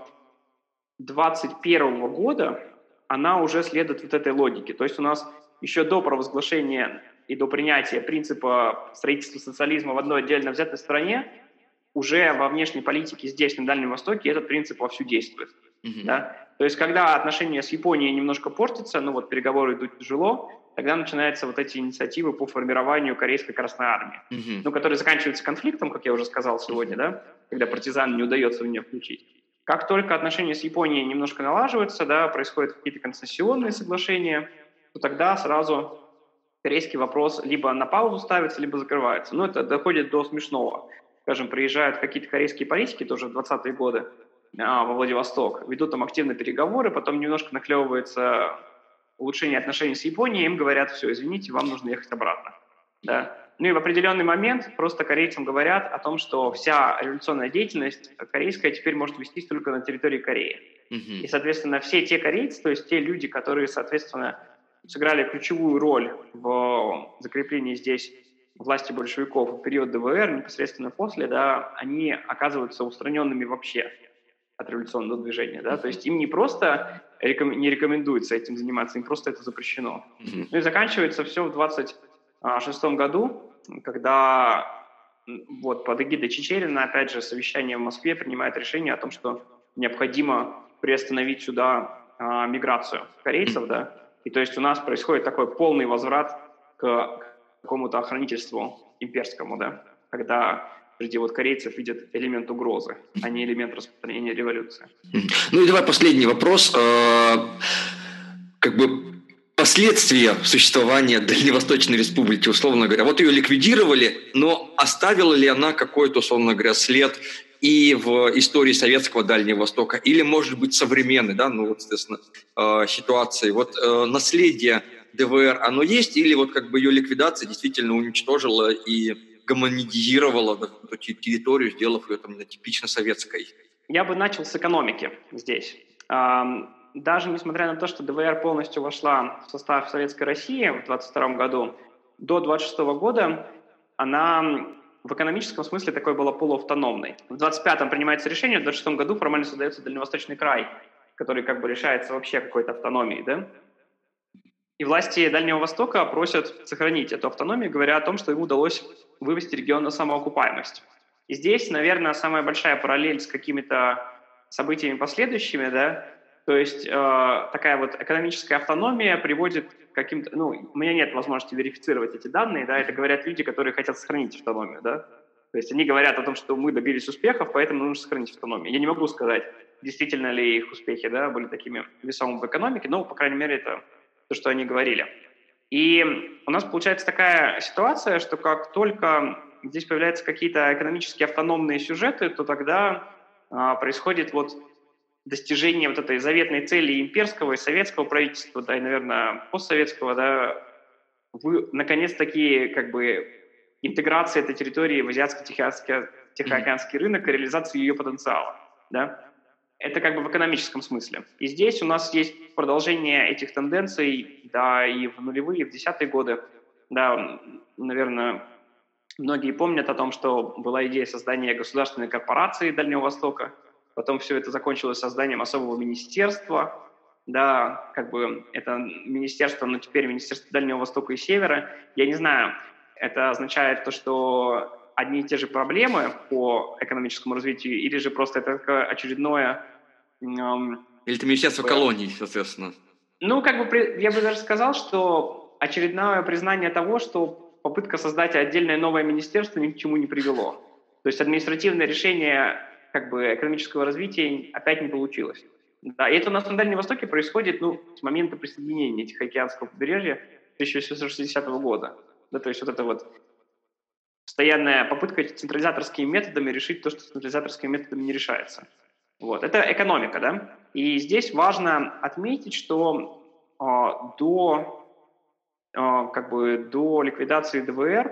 2021 года, она уже следует вот этой логике. То есть у нас еще до провозглашения и до принятия принципа строительства социализма в одной отдельно взятой стране уже во внешней политике здесь, на Дальнем Востоке, этот принцип вовсю действует. Да? То есть когда отношения с Японией немножко портятся, ну вот переговоры идут тяжело, тогда начинаются вот эти инициативы по формированию Корейской Красной Армии, ну, которые заканчиваются конфликтом, как я уже сказал сегодня, да, когда партизан не удается в нее включить. Как только отношения с Японией немножко налаживаются, да, происходят какие-то концессионные соглашения, то тогда сразу корейский вопрос либо на паузу ставится, либо закрывается. Но это доходит до смешного. Скажем, приезжают какие-то корейские политики, тоже в 20-е годы, во Владивосток, ведут там активные переговоры, потом немножко наклевывается улучшение отношений с Японией, им говорят: все, извините, вам нужно ехать обратно. Да. Ну и в определенный момент просто корейцам говорят о том, что вся революционная деятельность корейская теперь может вестись только на территории Кореи. И, соответственно, все те корейцы, то есть те люди, которые, соответственно, сыграли ключевую роль в закреплении здесь власти большевиков в период ДВР, непосредственно после, да, они оказываются устраненными вообще от революционного движения. Да? То есть им не просто не рекомендуется этим заниматься, им просто это запрещено. Ну и заканчивается все в 26 году, когда вот под эгидой Чичерина, опять же, совещание в Москве принимает решение о том, что необходимо приостановить сюда миграцию корейцев, да, и то есть у нас происходит такой полный возврат к какому-то охранительству имперскому, да, когда среди вот корейцев видят элемент угрозы, а не элемент распространения революции. Ну и давай последний вопрос. Как бы последствия существования Дальневосточной Республики, условно говоря. Вот ее ликвидировали, но оставила ли она какой-то, условно говоря, след и в истории советского Дальнего Востока, или, может быть, современной, да, ну вот, соответственно, ситуации. Вот наследие ДВР, оно есть, или вот как бы ее ликвидация действительно уничтожила и гомогенизировала эту территорию, сделав ее там типично советской? Я бы начал с экономики здесь. Даже несмотря на то, что ДВР полностью вошла в состав Советской России в 1922 году, до 1926 года она в экономическом смысле такой была полуавтономной. В 1925-м принимается решение, в 1926 году формально создается Дальневосточный край, который как бы лишается вообще какой-то автономии, да? И власти Дальнего Востока просят сохранить эту автономию, говоря о том, что им удалось вывести регион на самоокупаемость. И здесь, наверное, самая большая параллель с какими-то событиями последующими, да, то есть такая вот экономическая автономия приводит к каким-то... Ну, у меня нет возможности верифицировать эти данные, да, это говорят люди, которые хотят сохранить автономию, да. То есть они говорят о том, что мы добились успехов, поэтому нужно сохранить автономию. Я не могу сказать, действительно ли их успехи, да, были такими весомыми в экономике, но, по крайней мере, это то, что они говорили. И у нас получается такая ситуация, что как только здесь появляются какие-то экономически автономные сюжеты, то тогда происходит вот достижение вот этой заветной цели имперского и советского правительства, да, и, наверное, постсоветского, да, наконец-таки как бы интеграция этой территории в азиатско-тихоокеанский рынок и реализация ее потенциала, да. Это как бы в экономическом смысле. И здесь у нас есть продолжение этих тенденций, да, и в нулевые, и в десятые годы, да, наверное, многие помнят о том, что была идея создания государственной корпорации Дальнего Востока, потом все это закончилось созданием особого министерства, да, как бы это министерство, но теперь Министерство Дальнего Востока и Севера. Я не знаю, это означает то, что одни и те же проблемы по экономическому развитию, или же просто это такое очередное... Или это Министерство колоний, соответственно? Ну, я бы даже сказал, что очередное признание того, что попытка создать отдельное новое министерство ни к чему не привело. То есть административное решение экономического развития опять не получилось. Да, и это на самом Дальнем Востоке происходит с момента присоединения Тихоокеанского побережья 1860 года. Да, то есть вот это вот постоянная попытка централизаторскими методами решить то, что централизаторскими методами не решается. Вот. Это экономика, да? И здесь важно отметить, что до ликвидации ДВР,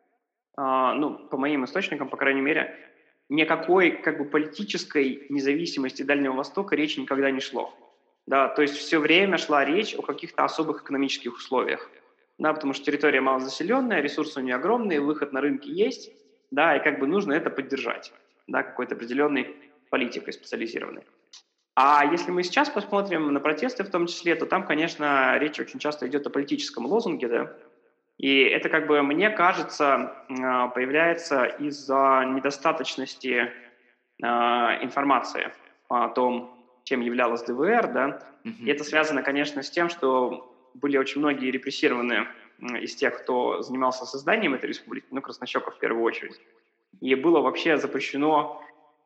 по моим источникам, по крайней мере, никакой политической независимости Дальнего Востока речи никогда не шло. Да, то есть все время шла речь о каких-то особых экономических условиях. Да, потому что территория малозаселенная, ресурсы у нее огромные, выход на рынки есть, да, и нужно это поддержать, да, какой-то определенной политикой специализированной. А если мы сейчас посмотрим на протесты в том числе, то там, конечно, речь очень часто идет о политическом лозунге, да, и это, мне кажется, появляется из-за недостаточности информации о том, чем являлась ДВР, да, и это связано, конечно, с тем, что были очень многие репрессированы из тех, кто занимался созданием этой республики, краснощеков в первую очередь, и было вообще запрещено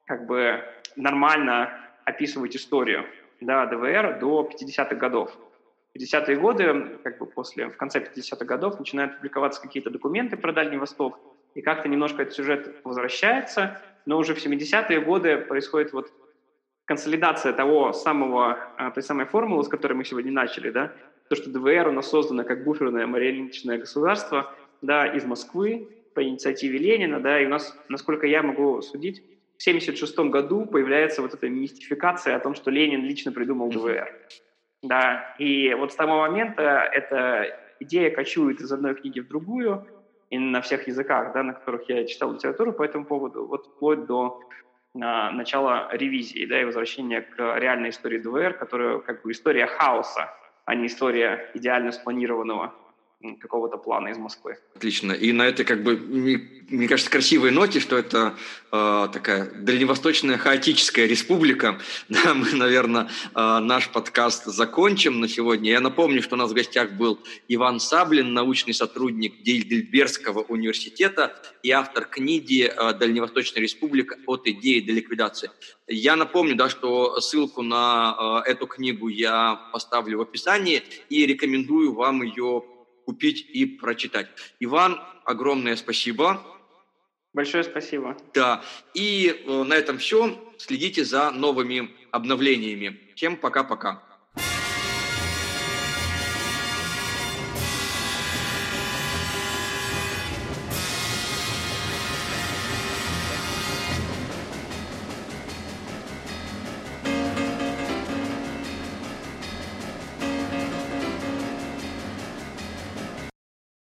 нормально описывать историю, да, ДВР до 50-х годов. В 50-е годы, в конце 50-х годов начинают публиковаться какие-то документы про Дальний Восток, и как-то немножко этот сюжет возвращается, но уже в 70-е годы происходит консолидация той самой формулы, с которой мы сегодня начали, да, то, что ДВР у нас создано как буферное марионеточное государство, да, из Москвы по инициативе Ленина, да, и у нас, насколько я могу судить, в 1976 году появляется эта мистификация о том, что Ленин лично придумал ДВР. Да, и вот с того момента эта идея кочует из одной книги в другую, и на всех языках, да, на которых я читал литературу по этому поводу, вплоть до начала ревизии, да, и возвращения к реальной истории ДВР, которая история хаоса, а не история идеально спланированного какого-то плана из Москвы. Отлично. И на этой, мне кажется, красивой ноте, что это такая дальневосточная хаотическая республика, да, мы, наверное, наш подкаст закончим на сегодня. Я напомню, что у нас в гостях был Иван Саблин, научный сотрудник Гейдельбергского университета и автор книги «Дальневосточная республика. От идеи до ликвидации». Я напомню, да, что ссылку на эту книгу я поставлю в описании и рекомендую вам ее купить и прочитать. Иван, огромное спасибо. Большое спасибо. Да, и на этом все. Следите за новыми обновлениями. Всем пока-пока.